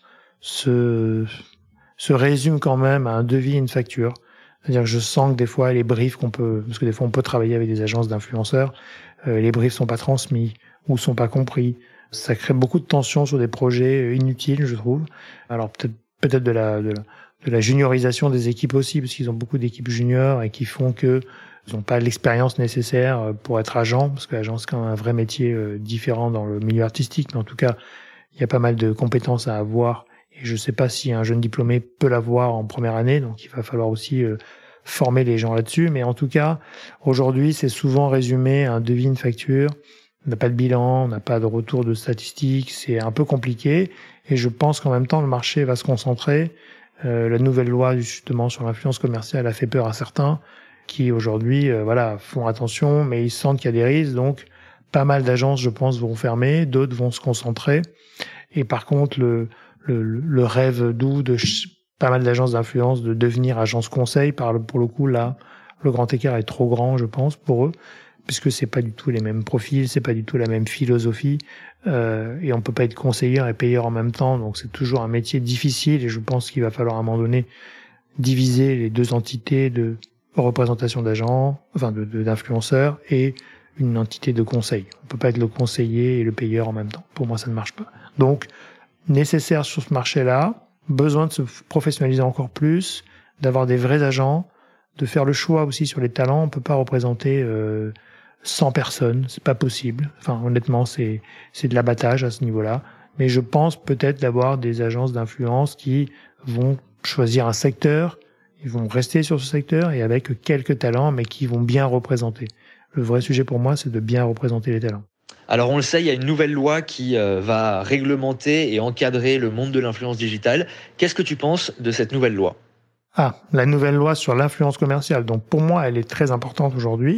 se se résument quand même à un devis et une facture. C'est-à-dire que je sens que des fois les briefs qu'on peut, parce que des fois on peut travailler avec des agences d'influenceurs, euh, les briefs sont pas transmis ou sont pas compris. Ça crée beaucoup de tensions sur des projets inutiles, je trouve. Alors peut-être peut-être de la de la de la juniorisation des équipes aussi, parce qu'ils ont beaucoup d'équipes juniors et qui font que ils n'ont pas l'expérience nécessaire pour être agent, parce que l'agent c'est quand même un vrai métier différent dans le milieu artistique, mais en tout cas il y a pas mal de compétences à avoir. Et je sais pas si un jeune diplômé peut l'avoir en première année, donc il va falloir aussi euh, former les gens là-dessus. Mais en tout cas, aujourd'hui, c'est souvent résumé à un devis, une facture. On n'a pas de bilan, on n'a pas de retour de statistiques, c'est un peu compliqué. Et je pense qu'en même temps, le marché va se concentrer. Euh, la nouvelle loi, justement, sur l'influence commerciale a fait peur à certains qui, aujourd'hui, euh, voilà, font attention, mais ils sentent qu'il y a des risques. Donc, pas mal d'agences, je pense, vont fermer, d'autres vont se concentrer. Et par contre, le Le, le rêve doux de ch- pas mal d'agences d'influence de devenir agence conseil, par le, pour le coup là le grand écart est trop grand, je pense, pour eux, puisque c'est pas du tout les mêmes profils, c'est pas du tout la même philosophie, euh, et on peut pas être conseilleur et payeur en même temps, donc c'est toujours un métier difficile. Et je pense qu'il va falloir à un moment donné diviser les deux entités de représentation d'agents, enfin de, de d'influenceurs, et une entité de conseil. On peut pas être le conseiller et le payeur en même temps. Pour moi, ça ne marche pas. Donc nécessaire sur ce marché-là, besoin de se professionnaliser encore plus, d'avoir des vrais agents, de faire le choix aussi sur les talents. On peut pas représenter euh, cent personnes, c'est pas possible. Enfin, honnêtement, c'est c'est de l'abattage à ce niveau-là. Mais je pense peut-être d'avoir des agences d'influence qui vont choisir un secteur, ils vont rester sur ce secteur et avec quelques talents, mais qui vont bien représenter. Le vrai sujet pour moi, c'est de bien représenter les talents. Alors on le sait, il y a une nouvelle loi qui euh, va réglementer et encadrer le monde de l'influence digitale. Qu'est-ce que tu penses de cette nouvelle loi? Ah, la nouvelle loi sur l'influence commerciale. Donc pour moi, elle est très importante aujourd'hui.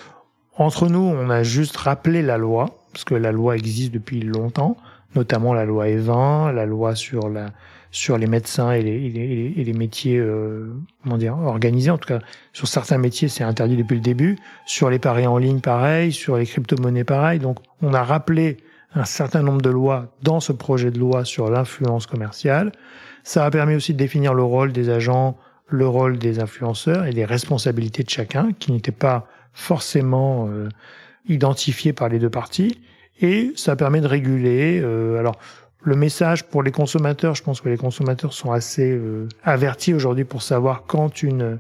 Entre nous, on a juste rappelé la loi, parce que la loi existe depuis longtemps, notamment la loi E vingt, la loi sur la sur les médecins et les, et les, et les métiers, euh, comment dire, organisés. En tout cas, sur certains métiers, c'est interdit depuis le début. Sur les paris en ligne, pareil. Sur les crypto-monnaies, pareil. Donc, on a rappelé un certain nombre de lois dans ce projet de loi sur l'influence commerciale. Ça a permis aussi de définir le rôle des agents, le rôle des influenceurs et les responsabilités de chacun, qui n'étaient pas forcément euh, identifiées par les deux parties. Et ça permet de réguler. Euh, alors, le message pour les consommateurs, je pense que les consommateurs sont assez euh, avertis aujourd'hui pour savoir quand une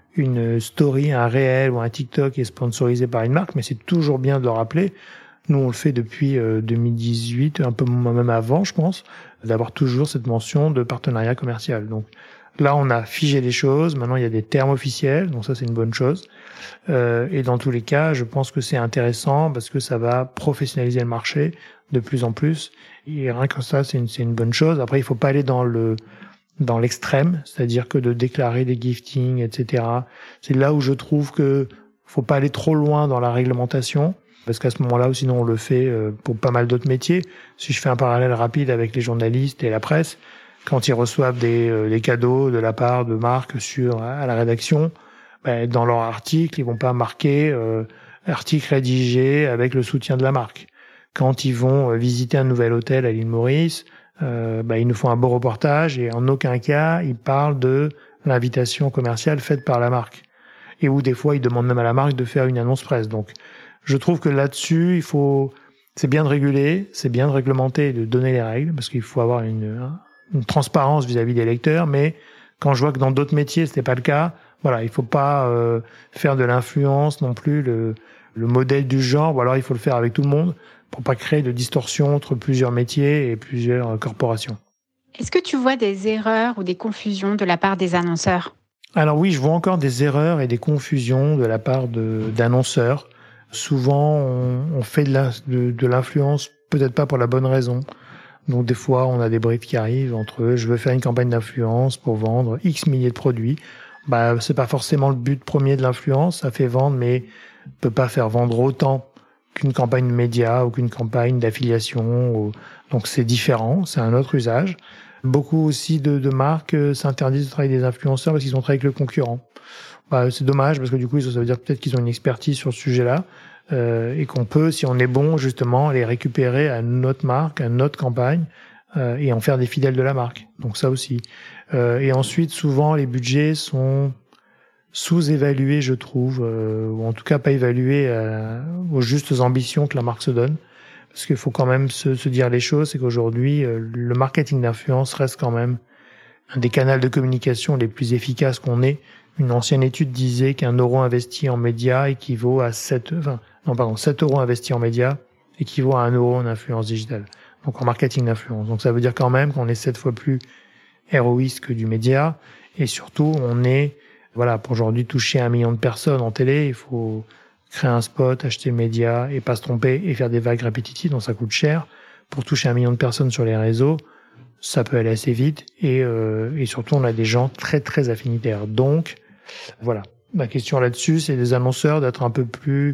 une story, un réel ou un TikTok est sponsorisé par une marque, mais c'est toujours bien de le rappeler. Nous, on le fait depuis euh, deux mille dix-huit, un peu même avant, je pense, d'avoir toujours cette mention de partenariat commercial. Donc là, on a figé les choses. Maintenant, il y a des termes officiels, donc ça, c'est une bonne chose. Euh, et dans tous les cas, je pense que c'est intéressant parce que ça va professionnaliser le marché de plus en plus. Et rien que ça, c'est une, c'est une bonne chose. Après, il faut pas aller dans le dans l'extrême, c'est-à-dire que de déclarer des giftings, et cetera. C'est là où je trouve que faut pas aller trop loin dans la réglementation, parce qu'à ce moment-là, ou sinon on le fait pour pas mal d'autres métiers. Si je fais un parallèle rapide avec les journalistes et la presse, quand ils reçoivent des, des cadeaux de la part de marques sur à la rédaction, ben, dans leur article, ils vont pas marquer euh, article rédigé avec le soutien de la marque. Quand ils vont visiter un nouvel hôtel à l'île Maurice, Euh, bah, ils nous font un beau reportage et en aucun cas ils parlent de l'invitation commerciale faite par la marque. Et où des fois ils demandent même à la marque de faire une annonce presse. Donc je trouve que là-dessus il faut, c'est bien de réguler, c'est bien de réglementer et de donner les règles parce qu'il faut avoir une, une transparence vis-à-vis des lecteurs. Mais quand je vois que dans d'autres métiers c'était pas le cas, voilà, il faut pas euh, faire de l'influence non plus le, le modèle du genre, ou alors il faut le faire avec tout le monde, pour pas créer de distorsion entre plusieurs métiers et plusieurs corporations. Est-ce que tu vois des erreurs ou des confusions de la part des annonceurs ? Alors oui, je vois encore des erreurs et des confusions de la part de, d'annonceurs. Souvent, on, on fait de, la, de, de l'influence, peut-être pas pour la bonne raison. Donc des fois, on a des briefs qui arrivent entre eux. Je veux faire une campagne d'influence pour vendre X milliers de produits. Bah, c'est pas forcément le but premier de l'influence. Ça fait vendre, mais peut pas faire vendre autant qu'une campagne de médias ou qu'une campagne d'affiliation. Ou... Donc c'est différent, c'est un autre usage. Beaucoup aussi de, de marques euh, s'interdisent de travailler des influenceurs parce qu'ils ont travaillé avec le concurrent. Bah, c'est dommage parce que du coup ça veut dire peut-être qu'ils ont une expertise sur ce sujet-là euh, et qu'on peut, si on est bon justement, les récupérer à notre marque, à notre campagne euh, et en faire des fidèles de la marque. Donc ça aussi. Euh, et ensuite souvent les budgets sont sous-évalué, je trouve, euh, ou en tout cas pas évalué euh, aux justes ambitions que la marque se donne. Parce qu'il faut quand même se, se dire les choses, c'est qu'aujourd'hui, euh, le marketing d'influence reste quand même un des canaux de communication les plus efficaces qu'on ait. Une ancienne étude disait qu'un euro investi en médias équivaut à sept, enfin, non, pardon, sept euros investis en médias équivaut à un euro en influence digitale. Donc en marketing d'influence. Donc ça veut dire quand même qu'on est sept fois plus héroïste que du média. Et surtout, on est Voilà, pour aujourd'hui toucher un million de personnes en télé, il faut créer un spot, acheter le média et pas se tromper et faire des vagues répétitives, donc ça coûte cher. Pour toucher un million de personnes sur les réseaux, ça peut aller assez vite et, euh, et surtout on a des gens très très affinitaires. Donc voilà, ma question là-dessus, c'est des annonceurs d'être un peu plus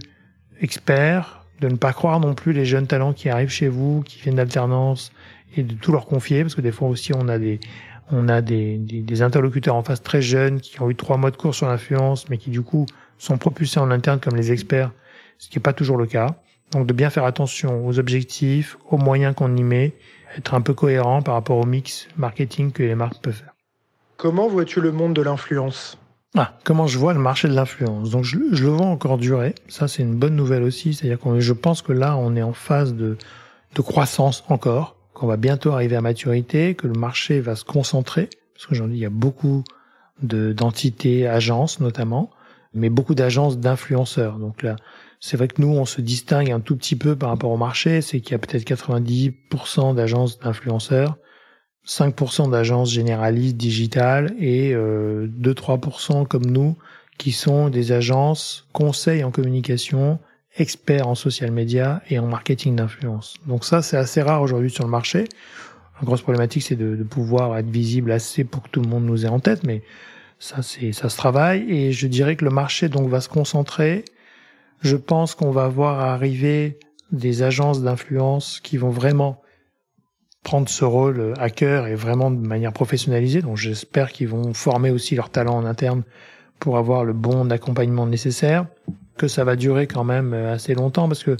experts, de ne pas croire non plus les jeunes talents qui arrivent chez vous, qui viennent d'alternance et de tout leur confier, parce que des fois aussi on a des On a des, des, des interlocuteurs en face très jeunes qui ont eu trois mois de cours sur l'influence, mais qui du coup sont propulsés en interne comme les experts, ce qui n'est pas toujours le cas. Donc de bien faire attention aux objectifs, aux moyens qu'on y met, être un peu cohérent par rapport au mix marketing que les marques peuvent faire. Comment vois-tu le monde de l'influence ? Ah, comment je vois le marché de l'influence ? Donc je, je le vois encore durer. Ça c'est une bonne nouvelle aussi, c'est-à-dire que je pense que là on est en phase de, de croissance encore, qu'on va bientôt arriver à maturité, que le marché va se concentrer, parce qu'aujourd'hui, il y a beaucoup de, d'entités, agences notamment, mais beaucoup d'agences d'influenceurs. Donc là, c'est vrai que nous, on se distingue un tout petit peu par rapport au marché, c'est qu'il y a peut-être quatre-vingt-dix pour cent d'agences d'influenceurs, cinq pour cent d'agences généralistes digitales et euh, deux à trois pour cent comme nous, qui sont des agences conseils en communication, experts en social media et en marketing d'influence. Donc ça, c'est assez rare aujourd'hui sur le marché. La grosse problématique, c'est de, de pouvoir être visible assez pour que tout le monde nous ait en tête, mais ça, c'est, ça se travaille. Et je dirais que le marché donc va se concentrer. Je pense qu'on va voir arriver des agences d'influence qui vont vraiment prendre ce rôle à cœur et vraiment de manière professionnalisée. Donc j'espère qu'ils vont former aussi leurs talents en interne pour avoir le bon accompagnement nécessaire, que ça va durer quand même assez longtemps parce que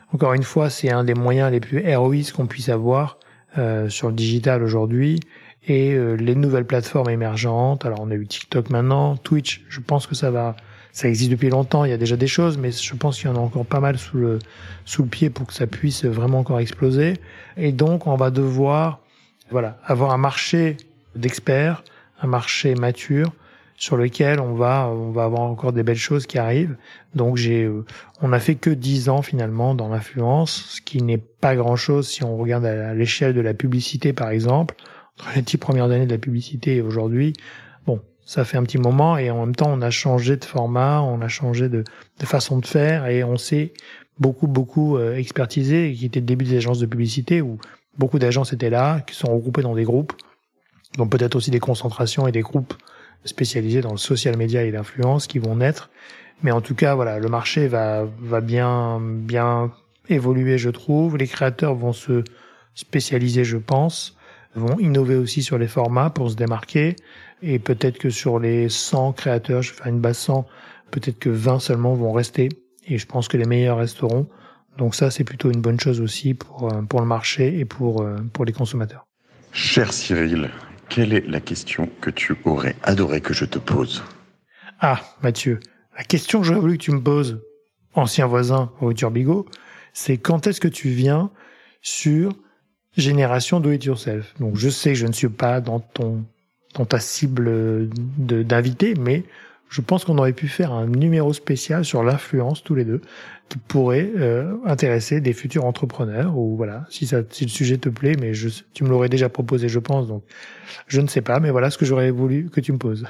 encore une fois, c'est un des moyens les plus héroïques qu'on puisse avoir euh, sur le digital aujourd'hui. Et euh, les nouvelles plateformes émergentes, alors on a eu TikTok maintenant, Twitch, je pense que ça va, ça existe depuis longtemps, il y a déjà des choses, mais je pense qu'il y en a encore pas mal sous le sous le pied pour que ça puisse vraiment encore exploser. Et donc on va devoir, voilà, avoir un marché d'experts, un marché mature sur lequel on va on va avoir encore des belles choses qui arrivent. Donc j'ai euh, on a fait que dix ans finalement dans l'influence, ce qui n'est pas grand-chose si on regarde à l'échelle de la publicité par exemple. Entre les dix premières années de la publicité et aujourd'hui, bon, ça fait un petit moment et en même temps, on a changé de format, on a changé de, de façon de faire et on s'est beaucoup, beaucoup euh, expertisé, qui était le début des agences de publicité où beaucoup d'agences étaient là, qui sont regroupées dans des groupes, donc peut-être aussi des concentrations et des groupes spécialisés dans le social media et l'influence qui vont naître. Mais en tout cas, voilà, le marché va, va bien, bien évoluer, je trouve. Les créateurs vont se spécialiser, je pense, vont innover aussi sur les formats pour se démarquer. Et peut-être que sur les cent créateurs, je vais faire une base cent, peut-être que vingt seulement vont rester. Et je pense que les meilleurs resteront. Donc ça, c'est plutôt une bonne chose aussi pour, pour le marché et pour, pour les consommateurs. Cher Cyril, quelle est la question que tu aurais adoré que je te pose ? Ah, Mathieu, la question que j'aurais voulu que tu me poses, ancien voisin Rupture Bigot, c'est quand est-ce que tu viens sur Génération Do It Yourself. Donc je sais que je ne suis pas dans ton dans ta cible de, d'invités, mais je pense qu'on aurait pu faire un numéro spécial sur l'influence tous les deux, qui pourrait euh, intéresser des futurs entrepreneurs ou voilà, si ça si le sujet te plaît, mais je, tu me l'aurais déjà proposé, je pense, donc je ne sais pas, mais voilà ce que j'aurais voulu que tu me poses.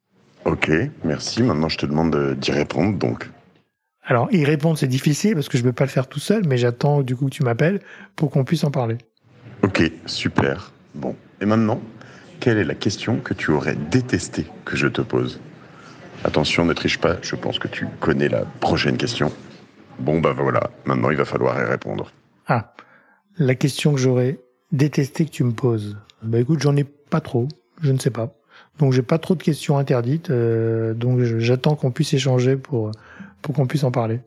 Ok, merci. Maintenant je te demande d'y répondre donc. Alors y répondre c'est difficile parce que je ne peux pas le faire tout seul, mais j'attends du coup que tu m'appelles pour qu'on puisse en parler. Ok, super. Bon, et maintenant, quelle est la question que tu aurais détesté que je te pose ? Attention, ne triche pas, je pense que tu connais la prochaine question. Bon, bah voilà, maintenant il va falloir y répondre. Ah, la question que j'aurais détesté que tu me poses. Bah écoute, j'en ai pas trop, je ne sais pas. Donc j'ai pas trop de questions interdites, euh, donc j'attends qu'on puisse échanger pour, pour qu'on puisse en parler.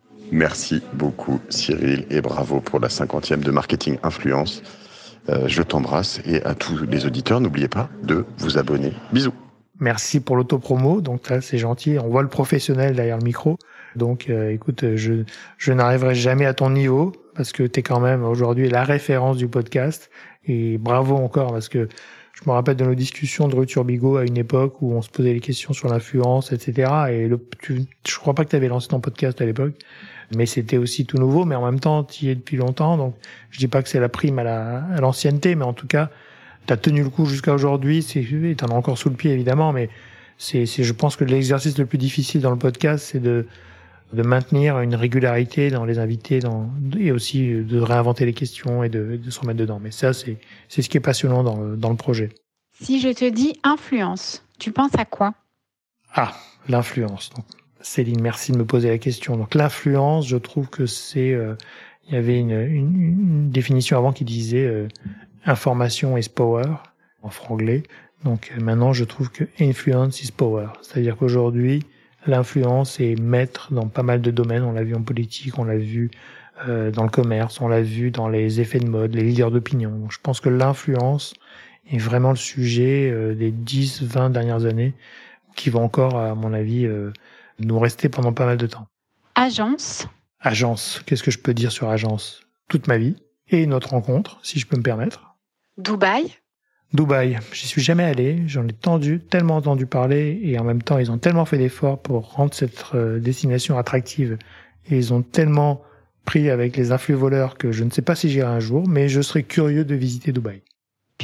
Merci beaucoup Cyril et bravo pour la cinquantième de Marketing Influence. Euh, je t'embrasse et à tous les auditeurs, n'oubliez pas de vous abonner. Bisous. Merci pour l'autopromo, donc là c'est gentil, on voit le professionnel derrière le micro. Donc euh, écoute, je, je n'arriverai jamais à ton niveau parce que t'es quand même aujourd'hui la référence du podcast et bravo encore parce que je me rappelle de nos discussions de Rupture Bigot à une époque où on se posait les questions sur l'influence, et cetera. Et le, tu, je crois pas que tu avais lancé ton podcast à l'époque, mais c'était aussi tout nouveau. Mais en même temps, tu y es depuis longtemps, donc je dis pas que c'est la prime à la à l'ancienneté, mais en tout cas, tu as tenu le coup jusqu'à aujourd'hui. C'est, t'en as encore sous le pied évidemment, mais c'est, c'est, je pense que l'exercice le plus difficile dans le podcast, c'est de de maintenir une régularité dans les invités, dans, et aussi de réinventer les questions et de, de se remettre dedans. Mais ça, c'est, c'est ce qui est passionnant dans le, dans le projet. Si je te dis influence, tu penses à quoi ? Ah, l'influence. Donc, Céline, merci de me poser la question. Donc l'influence, je trouve que c'est... Euh, il y avait une, une, une définition avant qui disait euh, information is power, en franglais. Donc euh, maintenant, je trouve que influence is power. C'est-à-dire qu'aujourd'hui, l'influence est maître dans pas mal de domaines. On l'a vu en politique, on l'a vu euh, dans le commerce, on l'a vu dans les effets de mode, les leaders d'opinion. Donc, je pense que l'influence est vraiment le sujet euh, des dix vingt dernières années qui va encore, à mon avis, euh, nous rester pendant pas mal de temps. Agence. Agence. Qu'est-ce que je peux dire sur agence ? Toute ma vie. Et notre rencontre, si je peux me permettre. Dubaï. Dubaï, j'y suis jamais allé, j'en ai tendu, tellement entendu parler et en même temps ils ont tellement fait d'efforts pour rendre cette euh, destination attractive et ils ont tellement pris avec les influx voleurs que je ne sais pas si j'irai un jour, mais je serais curieux de visiter Dubaï. Publicité ?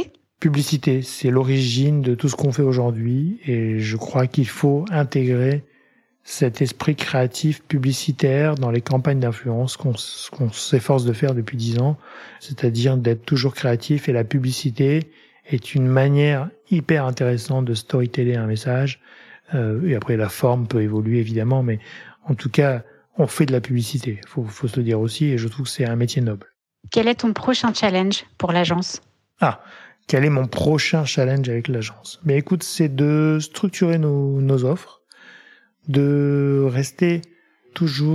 Publicité, c'est l'origine de tout ce qu'on fait aujourd'hui et je crois qu'il faut intégrer cet esprit créatif publicitaire dans les campagnes d'influence qu'on, qu'on s'efforce de faire depuis dix ans, c'est-à-dire d'être toujours créatif et la publicité est une manière hyper intéressante de storyteller un message euh, et après la forme peut évoluer évidemment, mais en tout cas on fait de la publicité, faut, faut se le dire aussi et je trouve que c'est un métier noble. Quel est ton prochain challenge pour l'agence ? Ah, quel est mon prochain challenge avec l'agence ? Mais écoute, c'est de structurer nos, nos offres, de rester toujours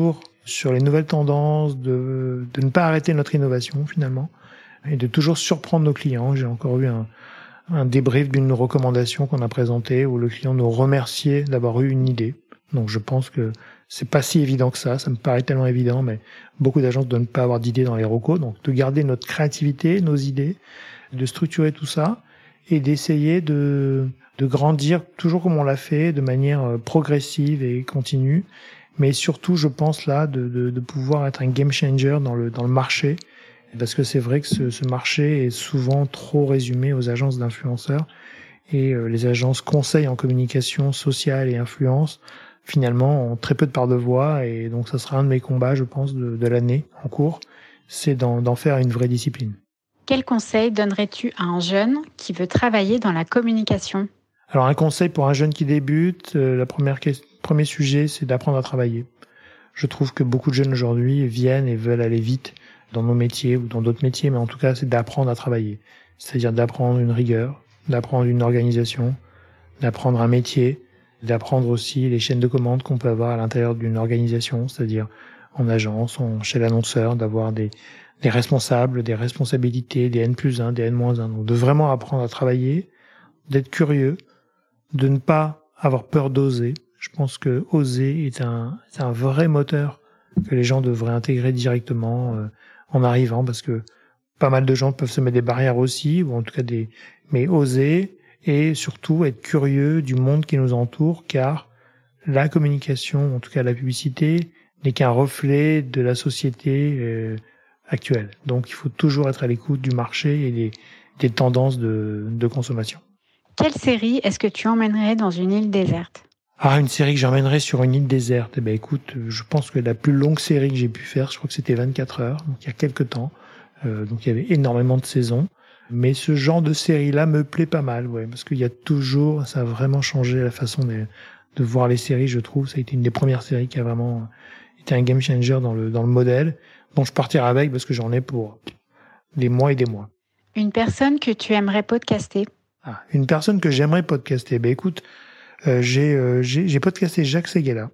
sur les nouvelles tendances, de, de ne pas arrêter notre innovation finalement, et de toujours surprendre nos clients. J'ai encore eu un, un débrief d'une recommandation qu'on a présentée où le client nous remerciait d'avoir eu une idée. Donc je pense que c'est pas si évident que ça, ça me paraît tellement évident, mais beaucoup d'agences de ne pas avoir d'idées dans les recos, donc de garder notre créativité, nos idées, de structurer tout ça et d'essayer de, de grandir toujours comme on l'a fait, de manière progressive et continue. Mais surtout, je pense là, de, de, de pouvoir être un game changer dans le, dans le marché, parce que c'est vrai que ce, ce marché est souvent trop résumé aux agences d'influenceurs et euh, les agences conseils en communication sociale et influence, finalement, ont très peu de parts de voix et donc ça sera un de mes combats, je pense, de, de l'année en cours, c'est d'en, d'en faire une vraie discipline. Quel conseil donnerais-tu à un jeune qui veut travailler dans la communication ? Alors un conseil pour un jeune qui débute, euh, la première question, premier sujet, c'est d'apprendre à travailler. Je trouve que beaucoup de jeunes aujourd'hui viennent et veulent aller vite dans nos métiers ou dans d'autres métiers, mais en tout cas, c'est d'apprendre à travailler. C'est-à-dire d'apprendre une rigueur, d'apprendre une organisation, d'apprendre un métier, d'apprendre aussi les chaînes de commandes qu'on peut avoir à l'intérieur d'une organisation, c'est-à-dire en agence, en, chez l'annonceur, d'avoir des, des responsables, des responsabilités, des N plus un, des N moins un. Donc de vraiment apprendre à travailler, d'être curieux, de ne pas avoir peur d'oser. Je pense que oser est un, c'est un vrai moteur que les gens devraient intégrer directement euh, en arrivant, parce que pas mal de gens peuvent se mettre des barrières aussi, ou en tout cas des, mais oser et surtout être curieux du monde qui nous entoure, car la communication, en tout cas la publicité, n'est qu'un reflet de la société euh, actuelle. Donc il faut toujours être à l'écoute du marché et des, des tendances de, de consommation. Quelle série est-ce que tu emmènerais dans une île déserte ? Ah, une série que j'emmènerais sur une île déserte. Eh ben, écoute, je pense que la plus longue série que j'ai pu faire, je crois que c'était vingt-quatre heures, donc il y a quelques temps. Euh, donc il y avait énormément de saisons. Mais ce genre de série-là me plaît pas mal, ouais, parce qu'il y a toujours, ça a vraiment changé la façon de, de voir les séries, je trouve. Ça a été une des premières séries qui a vraiment été un game changer dans le, dans le modèle. Bon, je partirai avec parce que j'en ai pour des mois et des mois. Une personne que tu aimerais podcaster ? Ah, une personne que j'aimerais podcaster. Ben, écoute, Euh, j'ai, euh, j'ai, j'ai podcasté Jacques Séguéla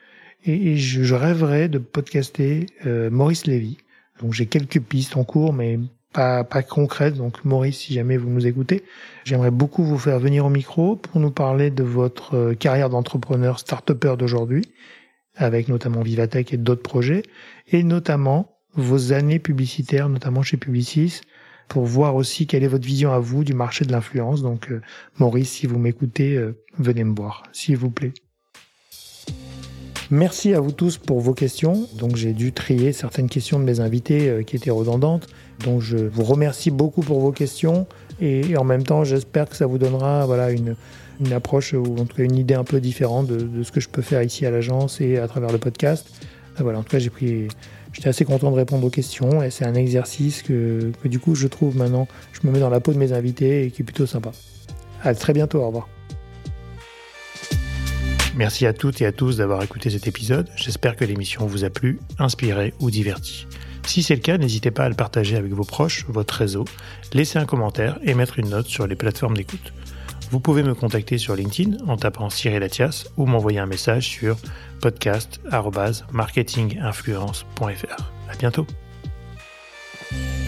et, et je, je rêverais de podcaster euh, Maurice Lévy. Donc j'ai quelques pistes en cours, mais pas, pas concrètes. Donc Maurice, si jamais vous nous écoutez, j'aimerais beaucoup vous faire venir au micro pour nous parler de votre euh, carrière d'entrepreneur start-upper d'aujourd'hui, avec notamment Vivatech et d'autres projets, et notamment vos années publicitaires, notamment chez Publicis, pour voir aussi quelle est votre vision à vous du marché de l'influence. Donc, euh, Maurice, si vous m'écoutez, euh, venez me voir, s'il vous plaît. Merci à vous tous pour vos questions. Donc, j'ai dû trier certaines questions de mes invités euh, qui étaient redondantes. Donc, je vous remercie beaucoup pour vos questions. Et, et en même temps, j'espère que ça vous donnera voilà, une, une approche ou en tout cas une idée un peu différente de, de ce que je peux faire ici à l'agence et à travers le podcast. Euh, voilà, en tout cas, j'ai pris... J'étais assez content de répondre aux questions et c'est un exercice que, que du coup je trouve maintenant, je me mets dans la peau de mes invités et qui est plutôt sympa. À très bientôt, au revoir. Merci à toutes et à tous d'avoir écouté cet épisode. J'espère que l'émission vous a plu, inspiré ou diverti. Si c'est le cas, n'hésitez pas à le partager avec vos proches, votre réseau, laisser un commentaire et mettre une note sur les plateformes d'écoute. Vous pouvez me contacter sur LinkedIn en tapant Cyril Athias ou m'envoyer un message sur podcast arobase marketing influence point f r. À bientôt.